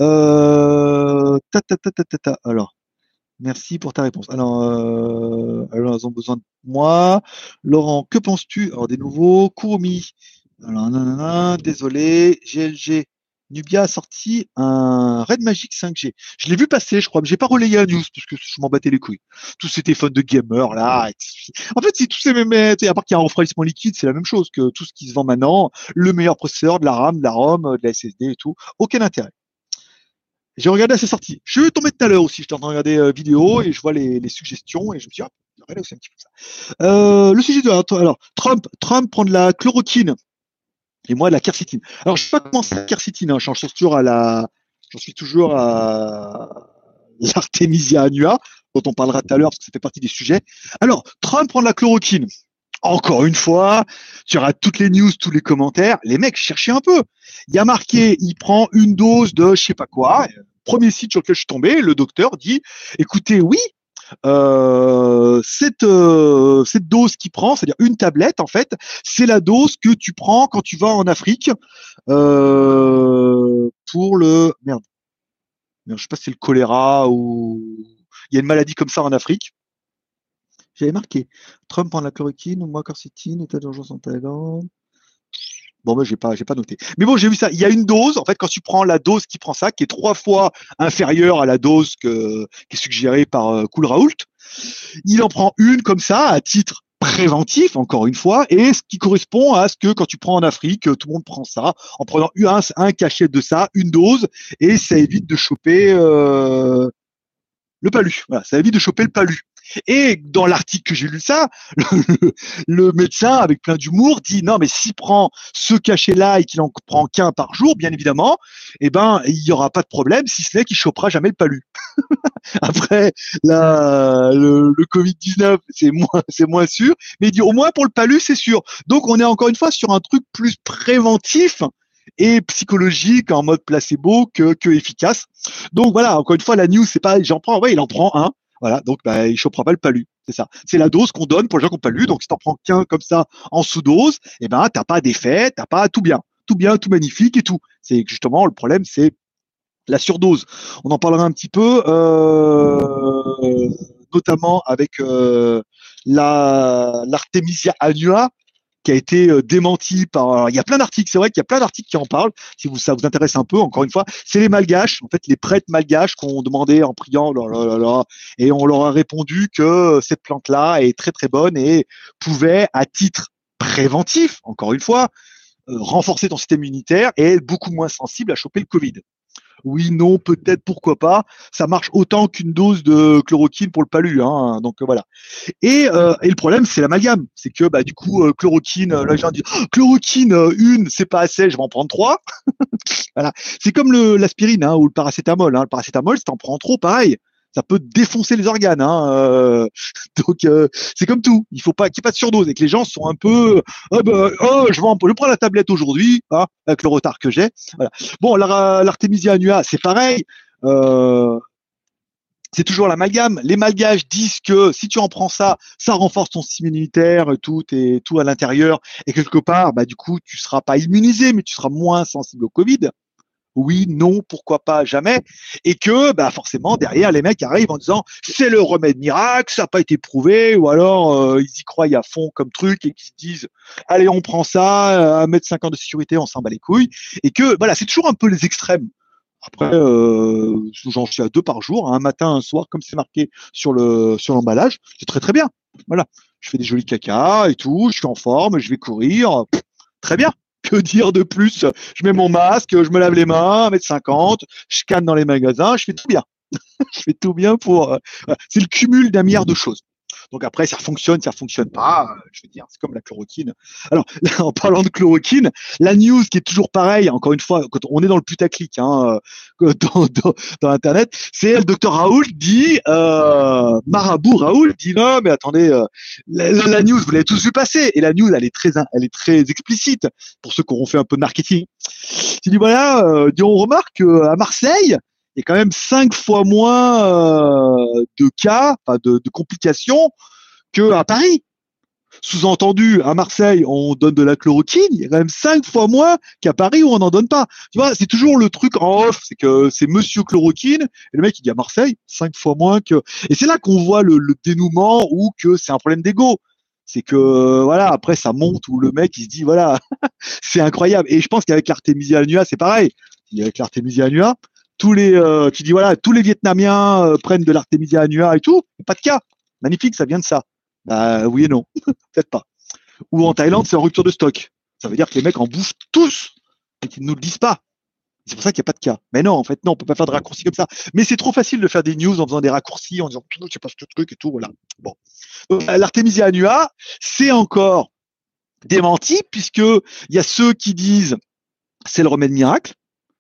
Alors. Merci pour ta réponse. Alors, elles ont besoin de moi. Laurent, que penses-tu? Alors, des nouveaux, Kurumi. Alors, nanana, désolé, GLG. Nubia a sorti un Red Magic 5G. Je l'ai vu passer, je crois, mais j'ai pas relayé la news parce que je m'en battais les couilles. Tous ces téléphones de gamer là. En fait, c'est tous ces mêmes. À part qu'il y a un refroidissement liquide, c'est la même chose que tout ce qui se vend maintenant. Le meilleur processeur, de la RAM, de la ROM, de la SSD et tout. Aucun intérêt. J'ai regardé à sa sortie. Je suis tombé tout à l'heure aussi. J'étais en train de regarder vidéo et je vois les suggestions et je me suis dit, ah, regardez aussi un petit peu ça. Le sujet de alors Trump prend de la chloroquine et moi de la quercétine. Alors je sais pas comment c'est la quercétine. Hein. J'en suis toujours à l'Artemisia annua dont on parlera tout à l'heure parce que ça fait partie des sujets. Alors Trump prend de la chloroquine. Encore une fois, tu auras toutes les news, tous les commentaires. Les mecs, cherchez un peu. Il y a marqué, il prend une dose de je sais pas quoi. Premier site sur lequel je suis tombé, le docteur dit, écoutez, oui, cette dose qu'il prend, c'est-à-dire une tablette, en fait, c'est la dose que tu prends quand tu vas en Afrique pour le merde. Je sais pas si c'est le choléra ou il y a une maladie comme ça en Afrique. J'avais marqué Trump prend la chloroquine, moi quercétine, état d'urgence en Thaïlande. Bon, moi, j'ai pas noté. Mais bon, j'ai vu ça. Il y a une dose. En fait, quand tu prends la dose qui prend ça, qui est 3 fois inférieure à la dose qui est suggérée par Kool Raoult, il en prend une comme ça, à titre préventif, encore une fois, et ce qui correspond à ce que quand tu prends en Afrique, tout le monde prend ça, en prenant un cachet de ça, une dose, et ça évite de choper le palu. Voilà, ça évite de choper le palu. Et dans l'article que j'ai lu ça, le médecin, avec plein d'humour, dit non, mais s'il prend ce cachet-là et qu'il en prend qu'un par jour, bien évidemment, eh ben, il n'y aura pas de problème, si ce n'est qu'il chopera jamais le palu. Après, le Covid-19, c'est moins sûr, mais il dit au moins pour le palu, c'est sûr. Donc, on est encore une fois sur un truc plus préventif et psychologique en mode placebo que efficace. Donc voilà, encore une fois, la news, c'est pas j'en prends, ouais, il en prend un. Voilà, donc bah, il chopera pas le palu. C'est ça. C'est la dose qu'on donne pour les gens qui n'ont pas lu. Donc si t'en prends qu'un comme ça en sous-dose, eh ben t'as pas d'effet, t'as pas tout bien, tout magnifique et tout. C'est justement le problème, c'est la surdose. On en parlera un petit peu, notamment avec l'Artemisia annua. qui a été démenti par. Il y a plein d'articles, c'est vrai qu'il y a plein d'articles qui en parlent. Si ça vous intéresse un peu, encore une fois, c'est les malgaches, en fait, les prêtres malgaches qu'on demandait en priant, et on leur a répondu que cette plante-là est très très bonne et pouvait, à titre préventif, encore une fois, renforcer ton système immunitaire et être beaucoup moins sensible à choper le Covid. Oui, non, peut-être, pourquoi pas. Ça marche autant qu'une dose de chloroquine pour le palu, hein. Donc voilà. Et le problème, c'est l'amalgame. C'est que du coup, chloroquine, là, les gens disent chloroquine, une, c'est pas assez, je vais en prendre trois. Voilà. C'est comme l'aspirine, hein, ou le paracétamol. Hein. Le paracétamol, si t'en prends trop, pareil. Ça peut défoncer les organes. Hein. Donc c'est comme tout. Il faut pas qu'il n'y ait pas de surdose et que les gens sont un peu je prends la tablette aujourd'hui, hein, avec le retard que j'ai. Voilà. Bon, l'artémisia annua, c'est pareil. C'est toujours l'amalgame. Les malgaches disent que si tu en prends ça, ça renforce ton système immunitaire, tout à l'intérieur, et quelque part, du coup, tu seras pas immunisé, mais tu seras moins sensible au Covid. Oui, non, pourquoi pas, jamais. Et que, forcément, derrière, les mecs arrivent en disant c'est le remède miracle, ça n'a pas été prouvé, ou alors ils y croient à fond comme truc et qu'ils se disent allez, on prend ça, 1,50 m de sécurité, on s'en bat les couilles. Et que, voilà, c'est toujours un peu les extrêmes. Après, j'en suis à 2 par jour, un matin, un soir, comme c'est marqué sur l'emballage, c'est très très bien. Voilà, je fais des jolis caca et tout, je suis en forme, je vais courir, très bien. Que dire de plus? Je mets mon masque, je me lave les mains, 1,50 m, je scanne dans les magasins, je fais tout bien. Je fais tout bien pour. Voilà. C'est le cumul d'un milliard de choses. Donc après, ça fonctionne pas. Je veux dire, c'est comme la chloroquine. Alors, là, en parlant de chloroquine, la news qui est toujours pareille, encore une fois, quand on est dans le putaclic, hein, dans Internet, c'est le docteur Raoult dit, Marabout Raoult dit non, mais attendez, la news, vous l'avez tous vu passer, et la news, elle est très explicite pour ceux qui auront fait un peu de marketing. Il dit voilà, on remarque qu'à Marseille, il y a quand même 5 fois moins de cas, de complications qu'à Paris. Sous-entendu, à Marseille, on donne de la chloroquine, il y a quand même 5 fois moins qu'à Paris où on n'en donne pas. Tu vois, c'est toujours le truc en off, c'est que c'est monsieur chloroquine, et le mec il dit à Marseille, 5 fois moins que. Et c'est là qu'on voit le dénouement ou que c'est un problème d'ego. C'est que voilà, après ça monte où le mec il se dit voilà, c'est incroyable. Et je pense qu'avec l'artémisia annua, c'est pareil. Avec l'artémisia annua, tu dis voilà, tous les Vietnamiens prennent de l'artémisia annua et tout, pas de cas. Magnifique, ça vient de ça. Oui et non, peut-être pas. Ou en Thaïlande, c'est en rupture de stock. Ça veut dire que les mecs en bouffent tous et qu'ils ne nous le disent pas. C'est pour ça qu'il n'y a pas de cas. Mais non, en fait, non, on peut pas faire de raccourcis comme ça. Mais c'est trop facile de faire des news en faisant des raccourcis, en disant je sais pas ce truc et tout, voilà. Bon. L'artémisia annua, c'est encore démenti puisque il y a ceux qui disent c'est le remède miracle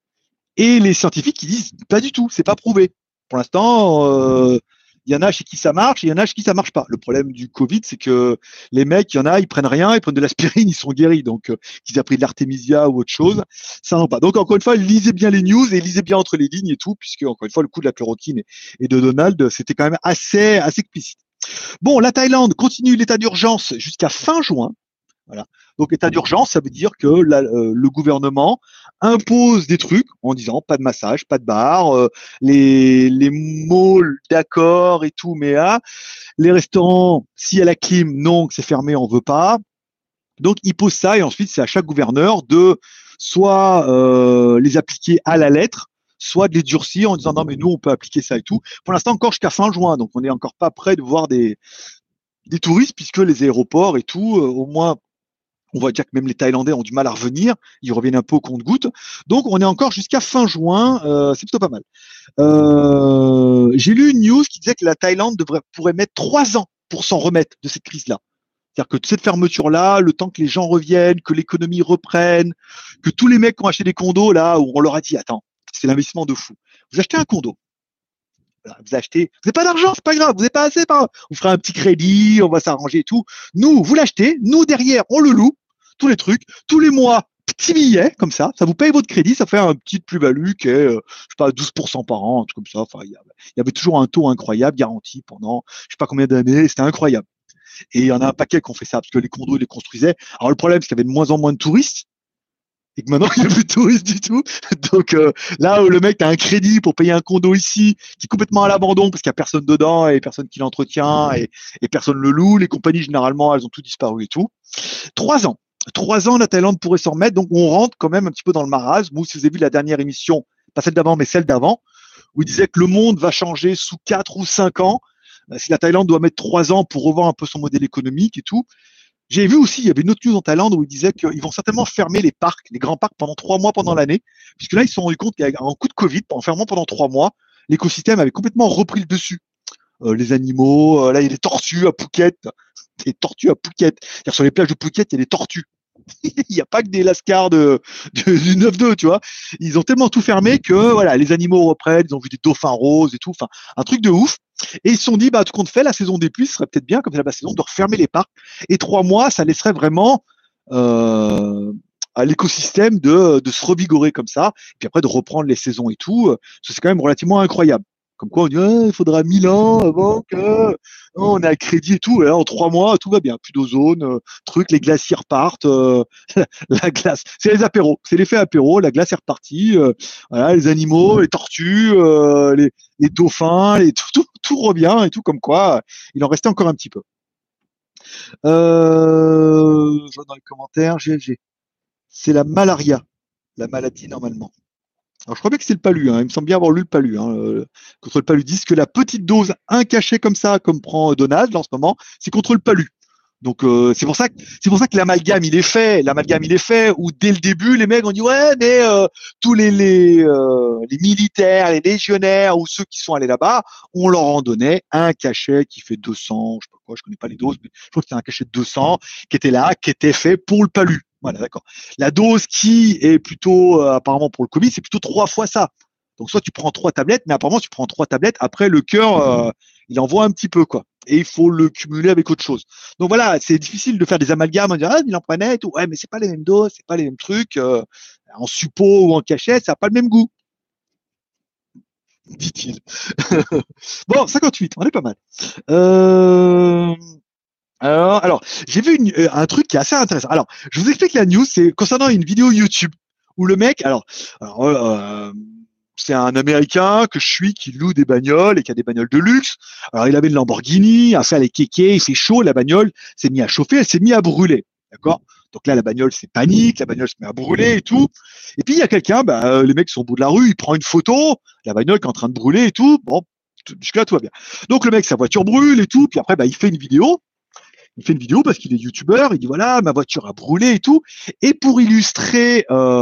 et les scientifiques qui disent pas du tout, c'est pas prouvé. Pour l'instant, il y en a chez qui ça marche, et il y en a chez qui ça marche pas. Le problème du Covid, c'est que les mecs, il y en a, ils prennent rien, ils prennent de l'aspirine, ils sont guéris. Donc, qu'ils aient pris de l'artémisia ou autre chose, ça non pas. Donc, encore une fois, lisez bien les news et lisez bien entre les lignes et tout, puisque, encore une fois, le coup de la chloroquine et de Donald, c'était quand même assez explicite. Bon, la Thaïlande continue l'état d'urgence jusqu'à fin juin. Voilà. Donc, état d'urgence, ça veut dire que le gouvernement impose des trucs en disant pas de massage, pas de bar, les malls d'accord et tout, mais les restaurants, s'il y a la clim, non, que c'est fermé, on veut pas. Donc, il pose ça et ensuite, c'est à chaque gouverneur de soit les appliquer à la lettre, soit de les durcir en disant non, mais nous, on peut appliquer ça et tout. Pour l'instant, encore jusqu'à fin juin, donc on n'est encore pas prêt de voir des touristes puisque les aéroports et tout, au moins, on voit déjà que même les Thaïlandais ont du mal à revenir, ils reviennent un peu au compte-gouttes. Donc on est encore jusqu'à fin juin, c'est plutôt pas mal. J'ai lu une news qui disait que la Thaïlande pourrait mettre 3 ans pour s'en remettre de cette crise-là. C'est-à-dire que cette fermeture-là, le temps que les gens reviennent, que l'économie reprenne, que tous les mecs qui ont acheté des condos, là, où on leur a dit, attends, c'est l'investissement de fou. Vous achetez un condo, vous achetez, vous n'avez pas d'argent, c'est pas grave, vous n'avez pas assez, on fera un petit crédit, on va s'arranger et tout. Nous, vous l'achetez, nous derrière, on le loue, tous les trucs, tous les mois, petit billet, comme ça vous paye votre crédit, ça fait un petit plus-value qui est, je sais pas, 12% par an, un truc comme ça. Enfin, il y avait toujours un taux incroyable, garanti pendant, je sais pas combien d'années, c'était incroyable. Et il y en a un paquet qui ont fait ça, parce que les condos, ils les construisaient. Alors le problème, c'est qu'il y avait de moins en moins de touristes, et que maintenant il n'y a plus de touristes du tout. Donc là où le mec a un crédit pour payer un condo ici qui est complètement à l'abandon parce qu'il n'y a personne dedans et personne qui l'entretient et personne le loue, les compagnies généralement elles ont tout disparu et tout. 3 ans. 3 ans, la Thaïlande pourrait s'en remettre, donc on rentre quand même un petit peu dans le marasme. Vous, si vous avez vu la dernière émission, pas celle d'avant, mais celle d'avant, où il disait que le monde va changer sous 4 ou 5 ans, si la Thaïlande doit mettre 3 ans pour revoir un peu son modèle économique et tout. J'ai vu aussi, il y avait une autre news en Thaïlande où il disait qu'ils vont certainement fermer les parcs, les grands parcs pendant 3 mois pendant l'année, puisque là, ils se sont rendus compte qu'un coup de Covid, en fermant pendant 3 mois, l'écosystème avait complètement repris le dessus. Les animaux, là, il y a des tortues à Phuket, des tortues à Phuket. C'est-à-dire, sur les plages de Phuket, il y a des tortues. Il n'y a pas que des lascars du 9-2, tu vois. Ils ont tellement tout fermé que voilà, les animaux reprennent, ils ont vu des dauphins roses et tout, enfin, un truc de ouf. Et ils se sont dit, bah, tout compte fait, la saison des pluies, ce serait peut-être bien, comme c'est la saison, de refermer les parcs. Et 3 mois, ça laisserait vraiment à l'écosystème de se revigorer comme ça, et puis après de reprendre les saisons et tout. C'est quand même relativement incroyable. Comme quoi, on dit, il faudra 1000 ans avant que on a crédit et tout. Et là, en 3 mois, tout va bien. Plus d'ozone, les glaciers repartent. La glace, c'est les apéros, c'est l'effet apéro. La glace est repartie. Voilà, les animaux, les tortues, les dauphins, tout revient et tout. Comme quoi, il en restait encore un petit peu. Je vois dans les commentaires, c'est la malaria, la maladie normalement. Alors, je crois bien que c'est le palu, hein. Il me semble bien avoir lu le palu, hein. Contre le paludisme, que la petite dose, un cachet comme ça, comme prend Donald en ce moment, c'est contre le palu. Donc c'est pour ça que l'amalgame il est fait. L'amalgame il est fait où dès le début les mecs ont dit ouais mais tous les militaires, les légionnaires ou ceux qui sont allés là-bas, on leur en donnait un cachet qui fait 200, je sais pas quoi, je connais pas les doses, mais je crois que c'était un cachet de 200 qui était là, qui était fait pour le palu. Voilà, d'accord. La dose qui est plutôt apparemment pour le Covid, c'est plutôt 3 fois ça. Donc soit tu prends 3 tablettes, mais apparemment tu prends 3 tablettes. Après le cœur, il envoie un petit peu quoi. Et il faut le cumuler avec autre chose. Donc voilà, c'est difficile de faire des amalgames, en disant il en prenait et tout. Ouais, mais c'est pas les mêmes doses, c'est pas les mêmes trucs. En suppôt ou en cachet, ça n'a pas le même goût, dit-il. Bon, 58, on est pas mal. Alors, j'ai vu un truc qui est assez intéressant. Alors, je vous explique la news, c'est concernant une vidéo YouTube où le mec, c'est un Américain que je suis qui loue des bagnoles et qui a des bagnoles de luxe. Alors, il avait une Lamborghini, à faire les kékés, il fait chaud, la bagnole s'est mise à chauffer, elle s'est mise à brûler. D'accord? Donc là, la bagnole, c'est panique, la bagnole se met à brûler et tout. Et puis, il y a quelqu'un, les mecs sont au bout de la rue, il prend une photo, la bagnole qui est en train de brûler et tout. Bon, jusque-là, tout va bien. Donc, le mec, sa voiture brûle et tout. Puis après, il fait une vidéo. Il fait une vidéo parce qu'il est youtubeur, il dit voilà, ma voiture a brûlé et tout. Et pour illustrer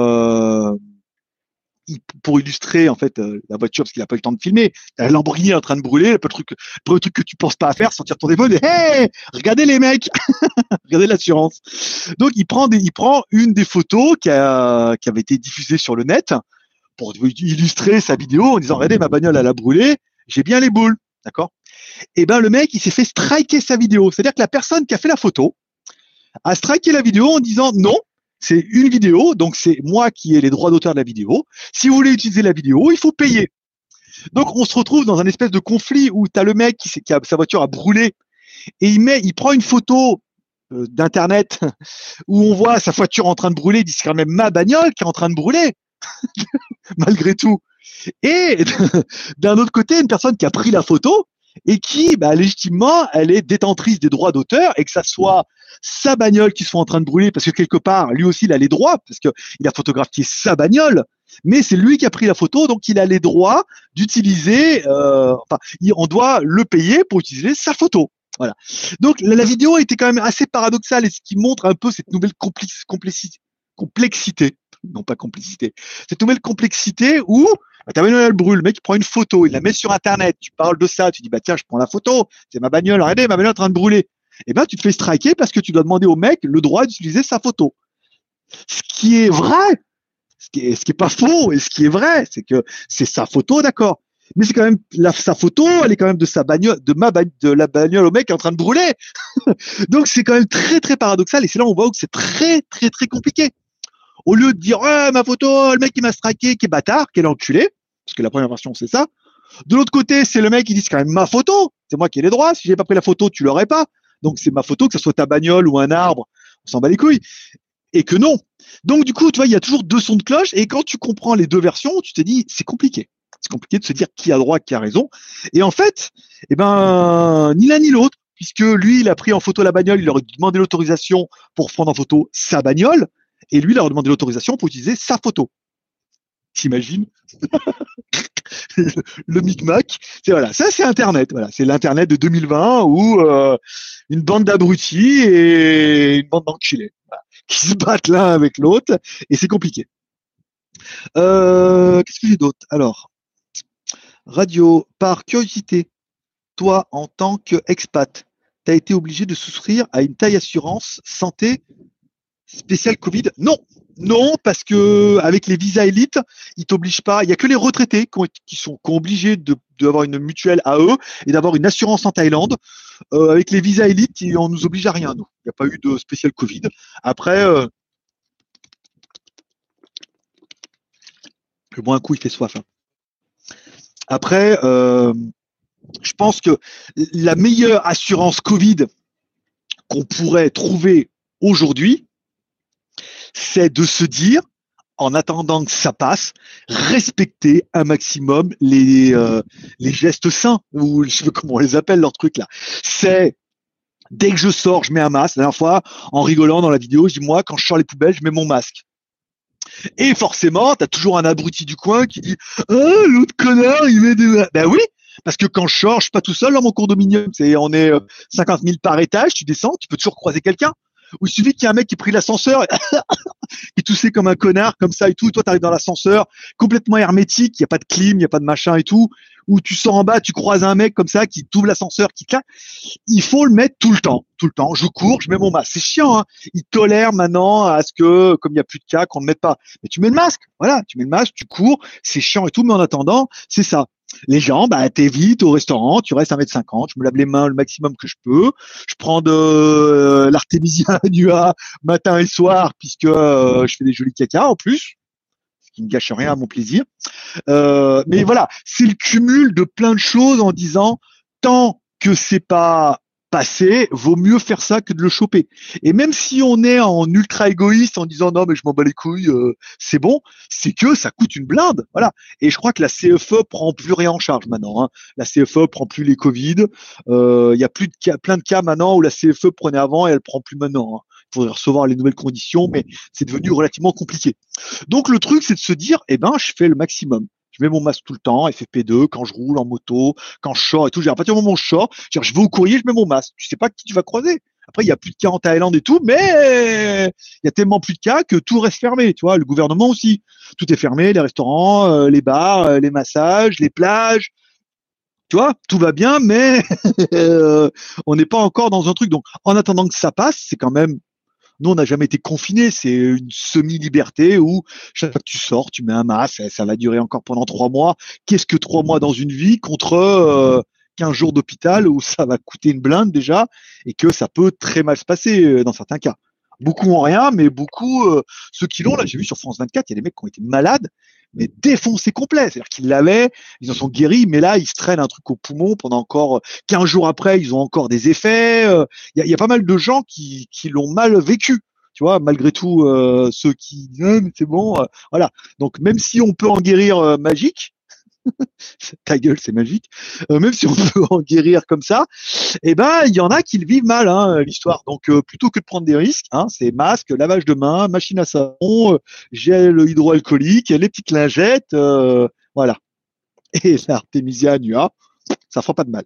en fait la voiture, parce qu'il n'a pas eu le temps de filmer, la Lamborghini est en train de brûler, le truc que tu penses pas à faire, sortir ton téléphone et hey, regardez les mecs, regardez l'assurance. Donc il prend une des photos qui avait été diffusée sur le net pour illustrer sa vidéo en disant regardez, ma bagnole elle a brûlé, j'ai bien les boules, d'accord. Et le mec il s'est fait striker sa vidéo, c'est-à-dire que la personne qui a fait la photo a striké la vidéo en disant non, c'est une vidéo, donc c'est moi qui ai les droits d'auteur de la vidéo. Si vous voulez utiliser la vidéo, il faut payer. Donc on se retrouve dans un espèce de conflit où tu as le mec qui a sa voiture a brûlé et il prend une photo d'internet où on voit sa voiture en train de brûler, il dit c'est quand même ma bagnole qui est en train de brûler malgré tout. Et d'un autre côté, une personne qui a pris la photo et qui, légitimement, elle est détentrice des droits d'auteur et que ça soit sa bagnole qui soit en train de brûler parce que quelque part, lui aussi, il a les droits parce qu'il a photographié sa bagnole, mais c'est lui qui a pris la photo, donc il a les droits d'utiliser, on doit le payer pour utiliser sa photo. Voilà. Donc, la vidéo était quand même assez paradoxale et ce qui montre un peu cette nouvelle complexité, non pas complicité, cette nouvelle complexité où ta bagnole elle brûle, le mec il prend une photo, il la met sur internet, tu parles de ça, tu dis tiens je prends la photo, c'est ma bagnole, regardez ma bagnole est en train de brûler. Et tu te fais striker parce que tu dois demander au mec le droit d'utiliser sa photo. Ce qui est vrai, ce qui est pas faux et ce qui est vrai, c'est que c'est sa photo, d'accord. Mais c'est quand même sa photo, elle est quand même de sa bagnole, de la bagnole au mec qui est en train de brûler. Donc c'est quand même très très paradoxal et c'est là où on voit que c'est très très très compliqué. Au lieu de dire ma photo, le mec qui m'a striké, qui est bâtard, qui est l'enculé, parce que la première version c'est ça. De l'autre côté, c'est le mec qui dit c'est quand même ma photo, c'est moi qui ai les droits. Si j'ai pas pris la photo, tu l'aurais pas. Donc c'est ma photo, que ce soit ta bagnole ou un arbre, on s'en bat les couilles. et que non. Donc du coup, tu vois, il y a toujours deux sons de cloche, et quand tu comprends les deux versions, tu te dis, c'est compliqué. C'est compliqué de se dire qui a droit, qui a raison. Et en fait, eh ben, ni l'un ni l'autre, puisque lui, il a pris en photo la bagnole, il leur a demandé l'autorisation pour prendre en photo sa bagnole, et lui, il leur a demandé l'autorisation pour utiliser sa photo. T'imagines le micmac? C'est voilà, ça c'est Internet. Voilà, c'est l'Internet de 2020 où une bande d'abrutis et une bande d'enculés qui se battent l'un avec l'autre, et c'est compliqué. Qu'est-ce que j'ai d'autre? Alors, radio, par curiosité, toi, en tant qu'expat, tu as été obligé de souscrire à une taille assurance santé spéciale Covid? Non, non, parce que avec les visas élites, ils t'obligent pas. Il y a que les retraités qui sont obligés d'avoir une mutuelle à eux et d'avoir une assurance en Thaïlande. Avec les visas élites, on nous oblige à rien, nous. Il n'y a pas eu de spécial Covid. Après, je bois un coup, il fait soif, hein. Après, je pense que la meilleure assurance Covid qu'on pourrait trouver aujourd'hui, c'est de se dire, en attendant que ça passe, respecter un maximum les gestes sains, ou je sais pas comment on les appelle, leur truc là. C'est, dès que je sors, je mets un masque. La dernière fois, en rigolant dans la vidéo, je dis, moi, quand je sors les poubelles, je mets mon masque. Et forcément, t'as toujours un abruti du coin qui dit, ah, l'autre connard, il met des masques. Ben oui, parce que quand je sors, je suis pas tout seul dans mon condominium. On est 50 000 par étage, tu descends, tu peux toujours croiser quelqu'un. Ou il suffit qu'il y ait un mec qui ait pris l'ascenseur et qui toussait comme un connard, comme ça et tout. Et toi, t'arrives dans l'ascenseur, complètement hermétique, il n'y a pas de clim, il n'y a pas de machin et tout. Ou tu sors en bas, tu croises un mec comme ça qui t'ouvre l'ascenseur, qui claque. Il faut le mettre tout le temps, tout le temps. Je cours, je mets mon masque. C'est chiant, hein. Ils tolèrent maintenant à ce que, comme il n'y a plus de cas, qu'on ne le mette pas. Mais tu mets le masque, voilà, tu mets le masque, tu cours, c'est chiant et tout, mais en attendant, c'est ça. Les gens, bah, t'évites au restaurant, tu restes 1,50 m, je me lave les mains le maximum que je peux, je prends de l'artémisia annua matin et soir, puisque je fais des jolis caca en plus, ce qui ne gâche rien à mon plaisir. Mais voilà, c'est le cumul de plein de choses en disant, tant que c'est pas passé, vaut mieux faire ça que de le choper. Et même si on est en ultra égoïste en disant non mais je m'en bats les couilles, c'est bon, c'est que ça coûte une blinde, voilà. Et je crois que la CFE prend plus rien en charge maintenant, hein. La CFE prend plus les Covid. Il y a plus de cas, plein de cas maintenant où la CFE prenait avant et elle prend plus maintenant, hein. Il faudrait recevoir les nouvelles conditions, mais c'est devenu relativement compliqué. Donc le truc, c'est de se dire, eh ben, je fais le maximum. Je mets mon masque tout le temps, FFP2, quand je roule en moto, quand je sors et tout. À partir du moment où je sors, je vais au courrier, je mets mon masque. Tu sais pas qui tu vas croiser. Après, il y a plus de cas en Thaïlande et tout, mais il y a tellement plus de cas que tout reste fermé. Tu vois, le gouvernement aussi, tout est fermé, les restaurants, les bars, les massages, les plages. Tu vois, tout va bien, mais on n'est pas encore dans un truc. Donc, en attendant que ça passe, c'est quand même. Nous, on n'a jamais été confinés. C'est une semi-liberté où chaque fois que tu sors, tu mets un masque. Ça va durer encore pendant 3 mois. Qu'est-ce que 3 mois dans une vie contre 15 jours d'hôpital où ça va coûter une blinde déjà et que ça peut très mal se passer dans certains cas. Beaucoup ont rien, mais beaucoup, ceux qui l'ont, là, j'ai vu sur France 24, il y a des mecs qui ont été malades, mais défoncés complets. C'est-à-dire qu'ils l'avaient, ils en sont guéris, mais là, ils se traînent un truc au poumon pendant encore 15 jours après, ils ont encore des effets. Il y a pas mal de gens qui l'ont mal vécu. Tu vois, malgré tout, ceux qui disent ah, mais c'est bon, voilà. Donc même si on peut en guérir magique, ta gueule, c'est magique. Même si on peut en guérir comme ça, eh ben, il y en a qui le vivent mal, hein, l'histoire. Donc, plutôt que de prendre des risques, hein, c'est masque, lavage de mains, machine à savon, gel hydroalcoolique, les petites lingettes, voilà. Et l'artémisia annua, ça fera pas de mal.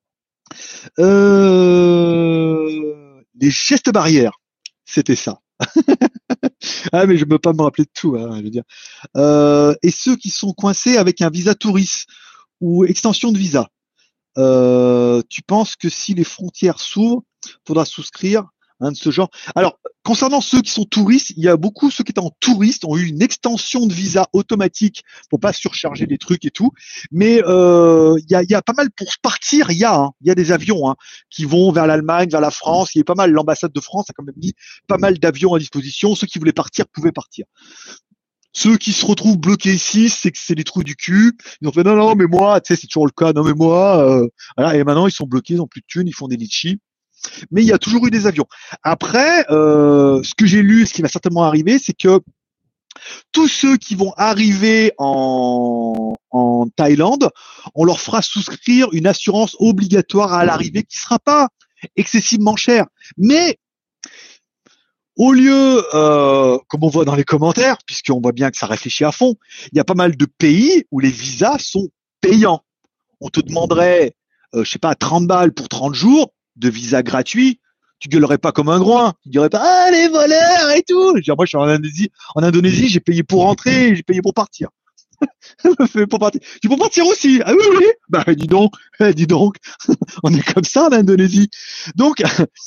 Les gestes barrières, c'était ça. Ah, mais je ne peux pas me rappeler de tout, hein, je veux dire. Et ceux qui sont coincés avec un visa touriste ou extension de visa. Tu penses que si les frontières s'ouvrent, faudra souscrire un de ce genre? Alors, concernant ceux qui sont touristes, il y a beaucoup ceux qui étaient en touriste ont eu une extension de visa automatique pour pas surcharger les trucs et tout. Mais il y a pas mal pour partir. Il y a des avions qui vont vers l'Allemagne, vers la France. Il y a pas mal. L'ambassade de France a quand même mis pas mal d'avions à disposition. Ceux qui voulaient partir pouvaient partir. Ceux qui se retrouvent bloqués ici, c'est que c'est des trous du cul. Ils ont fait non, mais moi, tu sais, c'est toujours le cas. Non, mais moi, voilà. Et maintenant, ils sont bloqués, ils ont plus de thunes, ils font des litchis. mais il y a toujours eu des avions. Après, ce que j'ai lu, ce qui va certainement arriver, c'est que tous ceux qui vont arriver en Thaïlande, on leur fera souscrire une assurance obligatoire à l'arrivée qui sera pas excessivement chère. Mais au lieu, comme on voit dans les commentaires, puisqu'on voit bien que ça réfléchit à fond, il y a pas mal de pays où les visas sont payants. On te demanderait, je sais pas, 30 balles pour 30 jours de visa gratuit. Tu gueulerais pas comme un groin. Tu dirais pas, ah, les voleurs et tout. Je veux dire, moi, je suis en Indonésie, j'ai payé pour rentrer, j'ai payé pour partir. Pour partir. Tu peux partir aussi. Ah oui, oui. Bah, dis donc. On est comme ça en Indonésie. Donc,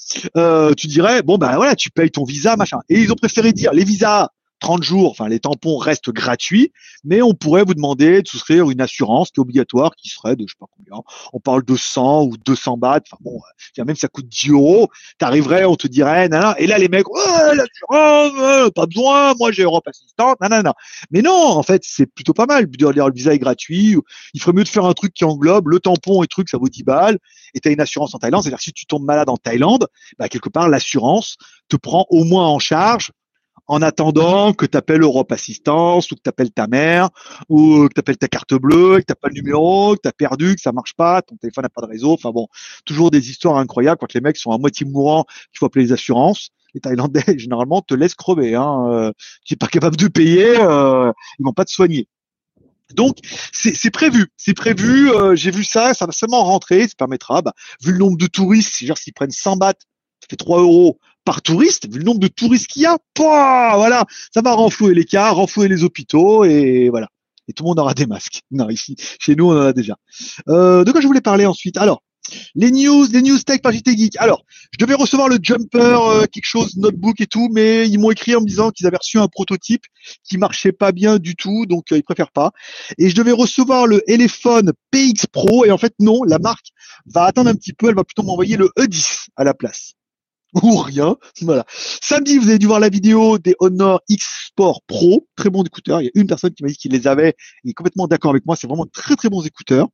tu dirais, bon, bah voilà, tu payes ton visa, machin. Et ils ont préféré dire, les visas, 30 jours, enfin, les tampons restent gratuits, mais on pourrait vous demander de souscrire une assurance qui est obligatoire, qui serait de, je sais pas combien, on parle de 100 ou 200 bahts, enfin bon, même si ça coûte 10 euros, t'arriverais, on te dirait, nanana, et là, les mecs, ouais, l'assurance, pas besoin, moi, j'ai Europe Assistante, nanana. Mais non, en fait, c'est plutôt pas mal de dire, le visa est gratuit, il ferait mieux de faire un truc qui englobe le tampon et truc, ça vaut 10 balles, et t'as une assurance en Thaïlande, c'est-à-dire que si tu tombes malade en Thaïlande, bah, quelque part, l'assurance te prend au moins en charge en attendant que tu appelles Europe Assistance ou que tu appelles ta mère ou que tu appelles ta carte bleue, que tu n'as pas le numéro, que tu as perdu, que ça marche pas, ton téléphone n'a pas de réseau. Enfin bon, toujours des histoires incroyables quand les mecs sont à moitié mourants, qu'il faut appeler les assurances. Les Thaïlandais, généralement, te laissent crever. Tu n'es pas capable de payer, ils vont pas te soigner. Donc, c'est prévu. C'est prévu. J'ai vu ça, ça va seulement rentrer. Ça permettra, bah, vu le nombre de touristes, c'est-à-dire s'ils prennent 100 bahts, ça fait 3 euros par touriste, vu le nombre de touristes qu'il y a, voilà, ça va renflouer les cars, renflouer les hôpitaux, et voilà. Et tout le monde aura des masques. Non, ici, chez nous, on en a déjà. De quoi je voulais parler ensuite? Alors, les news tech par JT Geek. Alors, je devais recevoir le Jumper, quelque chose, notebook et tout, mais ils m'ont écrit en me disant qu'ils avaient reçu un prototype qui marchait pas bien du tout, donc ils préfèrent pas. Et je devais recevoir le Elephone PX Pro, et en fait, non, la marque va attendre un petit peu, elle va plutôt m'envoyer le E10 à la place. Ou rien, voilà. Samedi, vous avez dû voir la vidéo des Honor X Sport Pro, très bons écouteurs. Il y a une personne qui m'a dit qu'il les avait, il est complètement d'accord avec moi, c'est vraiment très très bons écouteurs.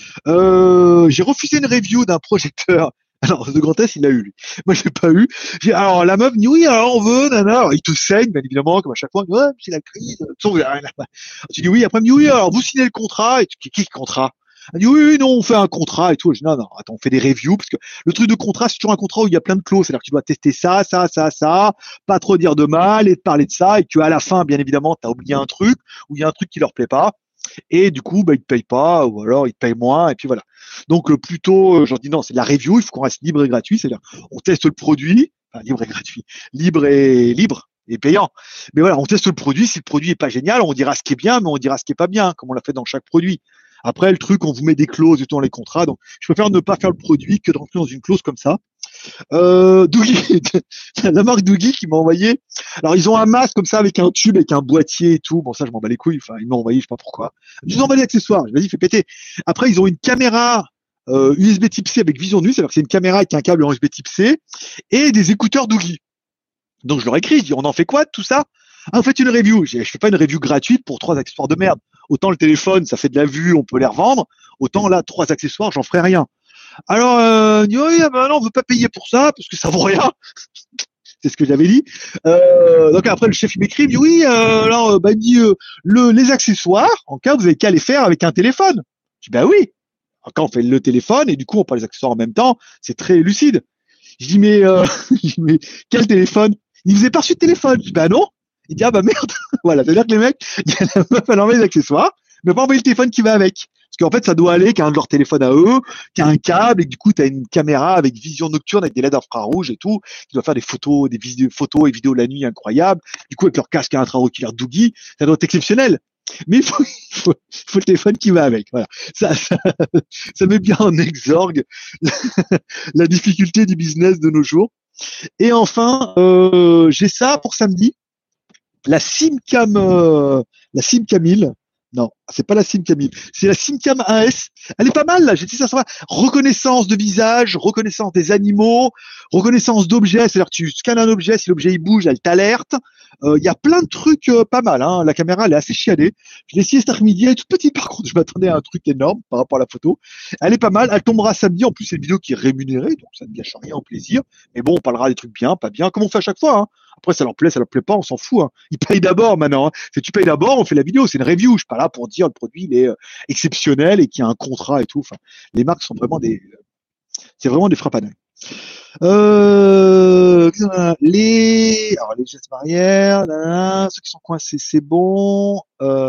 J'ai refusé une review d'un projecteur. Alors, The Grand S, il l'a eu, lui. Moi, je l'ai pas eu. Alors, la meuf dit, oui, alors, on veut, nana. Alors, il te saigne, bien évidemment, comme à chaque fois. Ouais, c'est la crise. Tu dis oui, après, il me dit, oui, alors, vous signez le contrat. Et tu dis, qui le contrat? Elle dit, oui, oui, non, on fait un contrat et tout. Je dis, non, non, attends, on fait des reviews, parce que le truc de contrat, c'est toujours un contrat où il y a plein de clauses. C'est-à-dire que tu dois tester ça, pas trop dire de mal et te parler de ça, et que à la fin, bien évidemment, tu as oublié un truc, ou il y a un truc qui leur plaît pas. Et du coup, bah, ils te payent pas, ou alors ils te payent moins, et puis voilà. Donc, plutôt, je leur dis non, c'est de la review, il faut qu'on reste libre et gratuit, c'est-à-dire, on teste le produit, enfin, libre et gratuit, libre et payant. Mais voilà, on teste le produit, si le produit est pas génial, on dira ce qui est bien, mais on dira ce qui est pas bien, comme on l'a fait dans chaque produit. Après, le truc, on vous met des clauses et tout dans les contrats, donc je préfère ne pas faire le produit que de rentrer dans une clause comme ça. Doogie, la marque Doogie qui m'a envoyé. Alors ils ont un masque comme ça avec un tube, avec un boîtier et tout. Bon ça je m'en bats les couilles. Enfin ils m'ont envoyé, je sais pas pourquoi. Je vous envoie des accessoires. Vas-y fais péter. Après ils ont une caméra USB Type C avec vision nue, c'est-à-dire que c'est une caméra avec un câble en USB Type C et des écouteurs Doogie. Donc je leur écris, je dis on en fait quoi de tout ça? Ah vous faites une review. Je fais pas une review gratuite pour 3 accessoires de merde. Autant le téléphone ça fait de la vue, on peut les revendre. Autant là 3 accessoires j'en ferai rien. Alors, dit, oui, ben non, on veut pas payer pour ça, parce que ça vaut rien. C'est ce que j'avais dit. Donc après, le chef, il m'écrit, il me dit, oui, alors, bah, il me dit, les accessoires, en cas, vous avez qu'à les faire avec un téléphone. Je dis, bah oui. Alors, quand on fait le téléphone, et du coup, on parle des accessoires en même temps, c'est très lucide. Je dis, mais, mais quel téléphone? Il faisait pas reçu de téléphone. Je dis, bah non. Il dit, ah bah merde. Voilà, c'est-à-dire que les mecs, il y a la meuf, elle envoie les accessoires, mais pas envoyer le téléphone qui va avec. Parce qu'en fait, ça doit aller qu'à un de leurs téléphones à eux, qu'à un câble, et que du coup, tu as une caméra avec vision nocturne, avec des LED infrarouges et tout, qui doit faire des photos, photos et vidéos la nuit incroyables. Du coup, avec leur casque intra-auriculaire Doogie, ça doit être exceptionnel. Mais il faut le téléphone qui va avec. Voilà. Ça met bien en exorgue la difficulté du business de nos jours. Et enfin, j'ai ça pour samedi. La SimCam 1000. Non, c'est pas la SimCam 1000, c'est la SimCam 1S. Elle est pas mal là, j'ai dit ça, ça va. Reconnaissance de visage, reconnaissance des animaux, reconnaissance d'objets, c'est-à-dire que tu scannes un objet, si l'objet il bouge, elle t'alerte. Il y a plein de trucs pas mal, hein. La caméra elle est assez chiadée. Je l'ai essayé cet après-midi, elle est toute petite par contre, je m'attendais à un truc énorme par rapport à la photo. Elle est pas mal, elle tombera samedi, en plus c'est une vidéo qui est rémunérée, donc ça ne gâche rien au plaisir. Mais bon, on parlera des trucs bien, pas bien, comme on fait à chaque fois, hein. Après, ça leur plaît pas, on s'en fout, hein. Ils payent d'abord maintenant, hein. Tu payes d'abord, on fait la vidéo, c'est une review. Je suis pas là pour dire le produit il est exceptionnel et qu'il y a un contrat et tout. Enfin, les marques sont vraiment c'est vraiment des frappes à l'œil. Les gestes barrières, ceux qui sont coincés, c'est bon.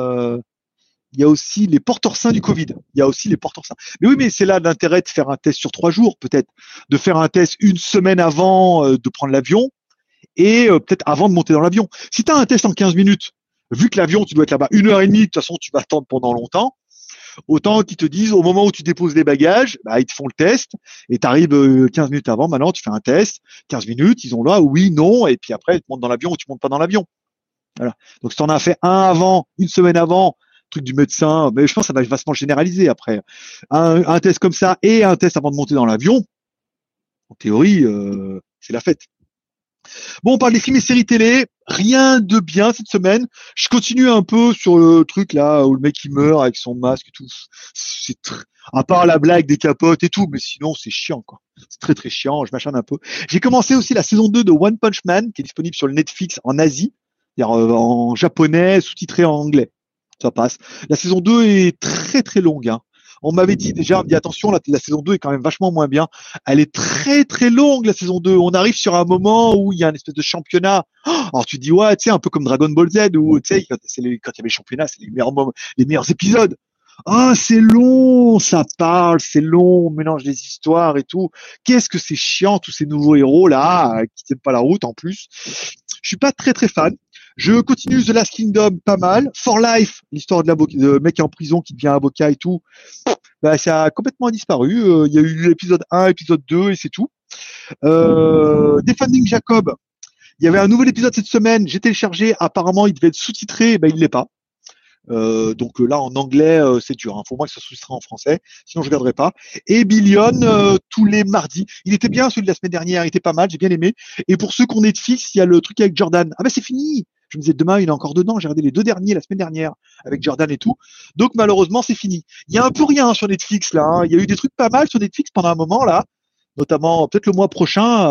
Il y a aussi les porteurs sains du Covid. Il y a aussi les porteurs sains. Mais oui, mais c'est là l'intérêt de faire un test sur 3 jours, peut-être, de faire un test une semaine avant de prendre l'avion et peut-être avant de monter dans l'avion. Si tu as un test en 15 minutes, vu que l'avion, tu dois être là-bas 1 heure et demie, de toute façon, tu vas attendre pendant longtemps, autant qu'ils te disent, au moment où tu déposes les bagages, bah, ils te font le test, et tu arrives 15 minutes avant, maintenant, tu fais un test, 15 minutes, ils ont là, oui, non, et puis après, tu montes dans l'avion ou tu montes pas dans l'avion. Voilà. Donc, si tu en as fait un avant, une semaine avant, truc du médecin, mais je pense que ça va vachement généraliser après. Un test comme ça et un test avant de monter dans l'avion, en théorie, c'est la fête. Bon, on parle des films et séries télé. Rien de bien cette semaine. Je continue un peu sur le truc là où le mec il meurt avec son masque et tout. À part la blague des capotes et tout, mais sinon c'est chiant quoi. C'est très très chiant. Je m'acharne un peu. J'ai commencé aussi la saison 2 de One Punch Man qui est disponible sur le Netflix en Asie, c'est-à-dire en japonais, sous-titré en anglais. Ça passe. La saison 2 est très très longue, hein. On m'avait dit déjà, on me dit attention, la saison 2 est quand même vachement moins bien. Elle est très très longue, la saison 2. On arrive sur un moment où il y a une espèce de championnat. Alors tu te dis, ouais, tu sais, un peu comme Dragon Ball Z, où tu sais, quand il y avait le championnat, c'est les meilleurs moments, les meilleurs épisodes. Ah, c'est long, ça parle, c'est long, on mélange des histoires et tout. Qu'est-ce que c'est chiant, tous ces nouveaux héros là, qui tiennent pas la route en plus. Je suis pas très très fan. Je continue The Last Kingdom, pas mal. For Life, l'histoire de mec en prison qui devient avocat et tout. Bah, ça a complètement disparu. Il y a eu l'épisode 1, épisode 2 et c'est tout. Defending Jacob, il y avait un nouvel épisode cette semaine. J'ai téléchargé. Apparemment, il devait être sous-titré. Ben, il l'est pas. Donc là, en anglais, c'est dur. Faut moins que ça soit sous-titré en français. Sinon, je regarderai pas. Et Billion, tous les mardis. Il était bien celui de la semaine dernière. Il était pas mal. J'ai bien aimé. Et pour ceux qu'on est de fixe, il y a le truc avec Jordan. Ah ben, c'est fini. Je me disais, demain, il est encore dedans. J'ai regardé les 2 derniers la semaine dernière avec Jordan et tout. Donc, malheureusement, c'est fini. Il y a un peu rien sur Netflix, là, hein. Il y a eu des trucs pas mal sur Netflix pendant un moment, là. Notamment, peut-être le mois prochain,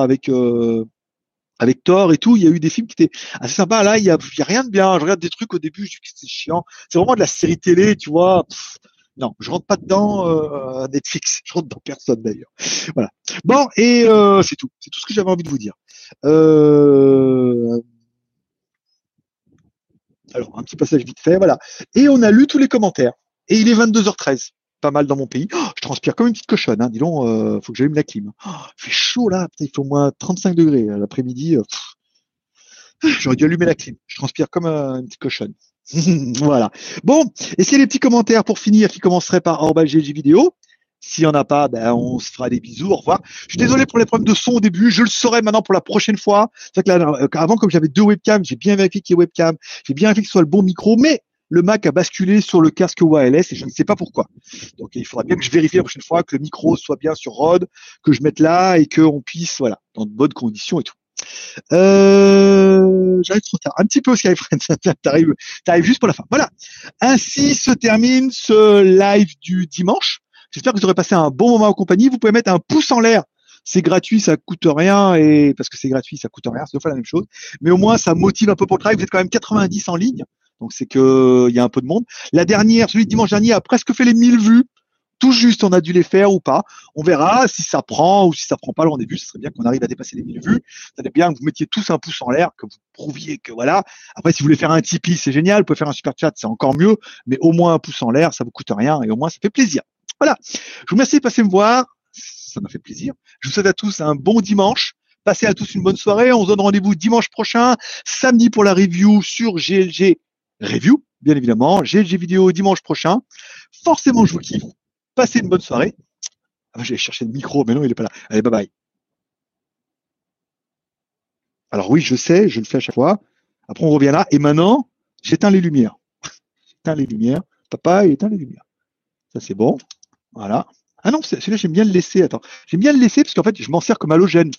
avec Thor et tout. Il y a eu des films qui étaient assez sympas. Là, il y a rien de bien. Je regarde des trucs au début, je dis que c'est chiant. C'est vraiment de la série télé, tu vois. Non, je rentre pas dedans Netflix. Je rentre dans personne, d'ailleurs. Voilà. Bon, et c'est tout. C'est tout ce que j'avais envie de vous dire. Euh, Alors, un petit passage vite fait, voilà. Et on a lu tous les commentaires. Et il est 22h13. Pas mal dans mon pays. Oh, je transpire comme une petite cochonne, hein. Dis donc, faut que j'allume la clim. Oh, il fait chaud là, putain, il fait au moins 35 degrés l'après-midi. J'aurais dû allumer la clim. Je transpire comme une petite cochonne. Voilà. Bon, est-ce qu'il y a des petits commentaires pour finir qui commenceraient par GG vidéo? S'il n'y en a pas, ben, on se fera des bisous. Au revoir. Je suis désolé pour les problèmes de son au début. Je le saurai maintenant pour la prochaine fois. C'est vrai que là, avant, comme j'avais 2 webcams, j'ai bien vérifié qu'il y ait webcam. J'ai bien vérifié que ce soit le bon micro, mais le Mac a basculé sur le casque wireless et je ne sais pas pourquoi. Donc, il faudra bien que je vérifie la prochaine fois que le micro soit bien sur Rode, que je mette là et qu'on puisse, voilà, dans de bonnes conditions et tout. J'arrive trop tard. Un petit peu aussi, t'arrives juste pour la fin. Voilà. Ainsi se termine ce live du dimanche. J'espère que vous aurez passé un bon moment en compagnie. Vous pouvez mettre un pouce en l'air. C'est gratuit, ça coûte rien et parce que c'est gratuit, ça coûte rien. C'est deux fois la même chose. Mais au moins, ça motive un peu pour le travail. Vous êtes quand même 90 en ligne. Donc, c'est que il y a un peu de monde. La dernière, celui de dimanche dernier a presque fait les 1000 vues. Tout juste, on a dû les faire ou pas. On verra si ça prend ou si ça prend pas le rendez-vous. Ce serait bien qu'on arrive à dépasser les 1000 vues. Ça serait bien que vous mettiez tous un pouce en l'air, que vous prouviez que voilà. Après, si vous voulez faire un Tipeee, c'est génial. Vous pouvez faire un super chat, c'est encore mieux. Mais au moins un pouce en l'air, ça vous coûte rien et au moins ça fait plaisir. Voilà. Je vous remercie de passer me voir. Ça m'a fait plaisir. Je vous souhaite à tous un bon dimanche. Passez à tous une bonne soirée. On se donne rendez-vous dimanche prochain, samedi pour la review sur GLG Review, bien évidemment. GLG vidéo dimanche prochain. Forcément, je vous kiffe. Passez une bonne soirée. Ah, j'allais chercher le micro, mais non, il est pas là. Allez, bye bye. Alors oui, je sais, je le fais à chaque fois. Après, on revient là. Et maintenant, j'éteins les lumières. J'éteins les lumières. papa, il éteint les lumières. Ça, c'est bon. Voilà. Ah non, celui-là, j'aime bien le laisser. Attends. J'aime bien le laisser parce qu'en fait, je m'en sers comme halogène.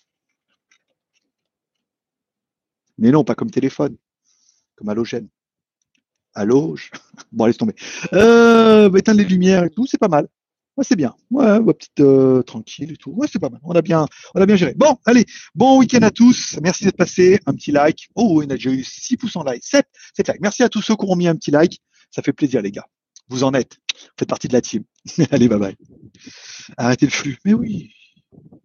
Mais non, pas comme téléphone, comme halogène. Halloge. Bon, laisse tomber. Éteindre les lumières et tout, c'est pas mal. Ouais, c'est bien. Ouais, ouais, petite tranquille et tout. Ouais, c'est pas mal. On a bien géré. Bon, allez, bon week-end à tous. Merci d'être passé. Un petit like. Oh, il y en a déjà eu 6 pouces en like. 7 likes. Merci à tous ceux qui ont mis un petit like. Ça fait plaisir, les gars. Vous en êtes. Vous faites partie de la team. Allez, bye bye. Arrêtez le flux. Mais oui.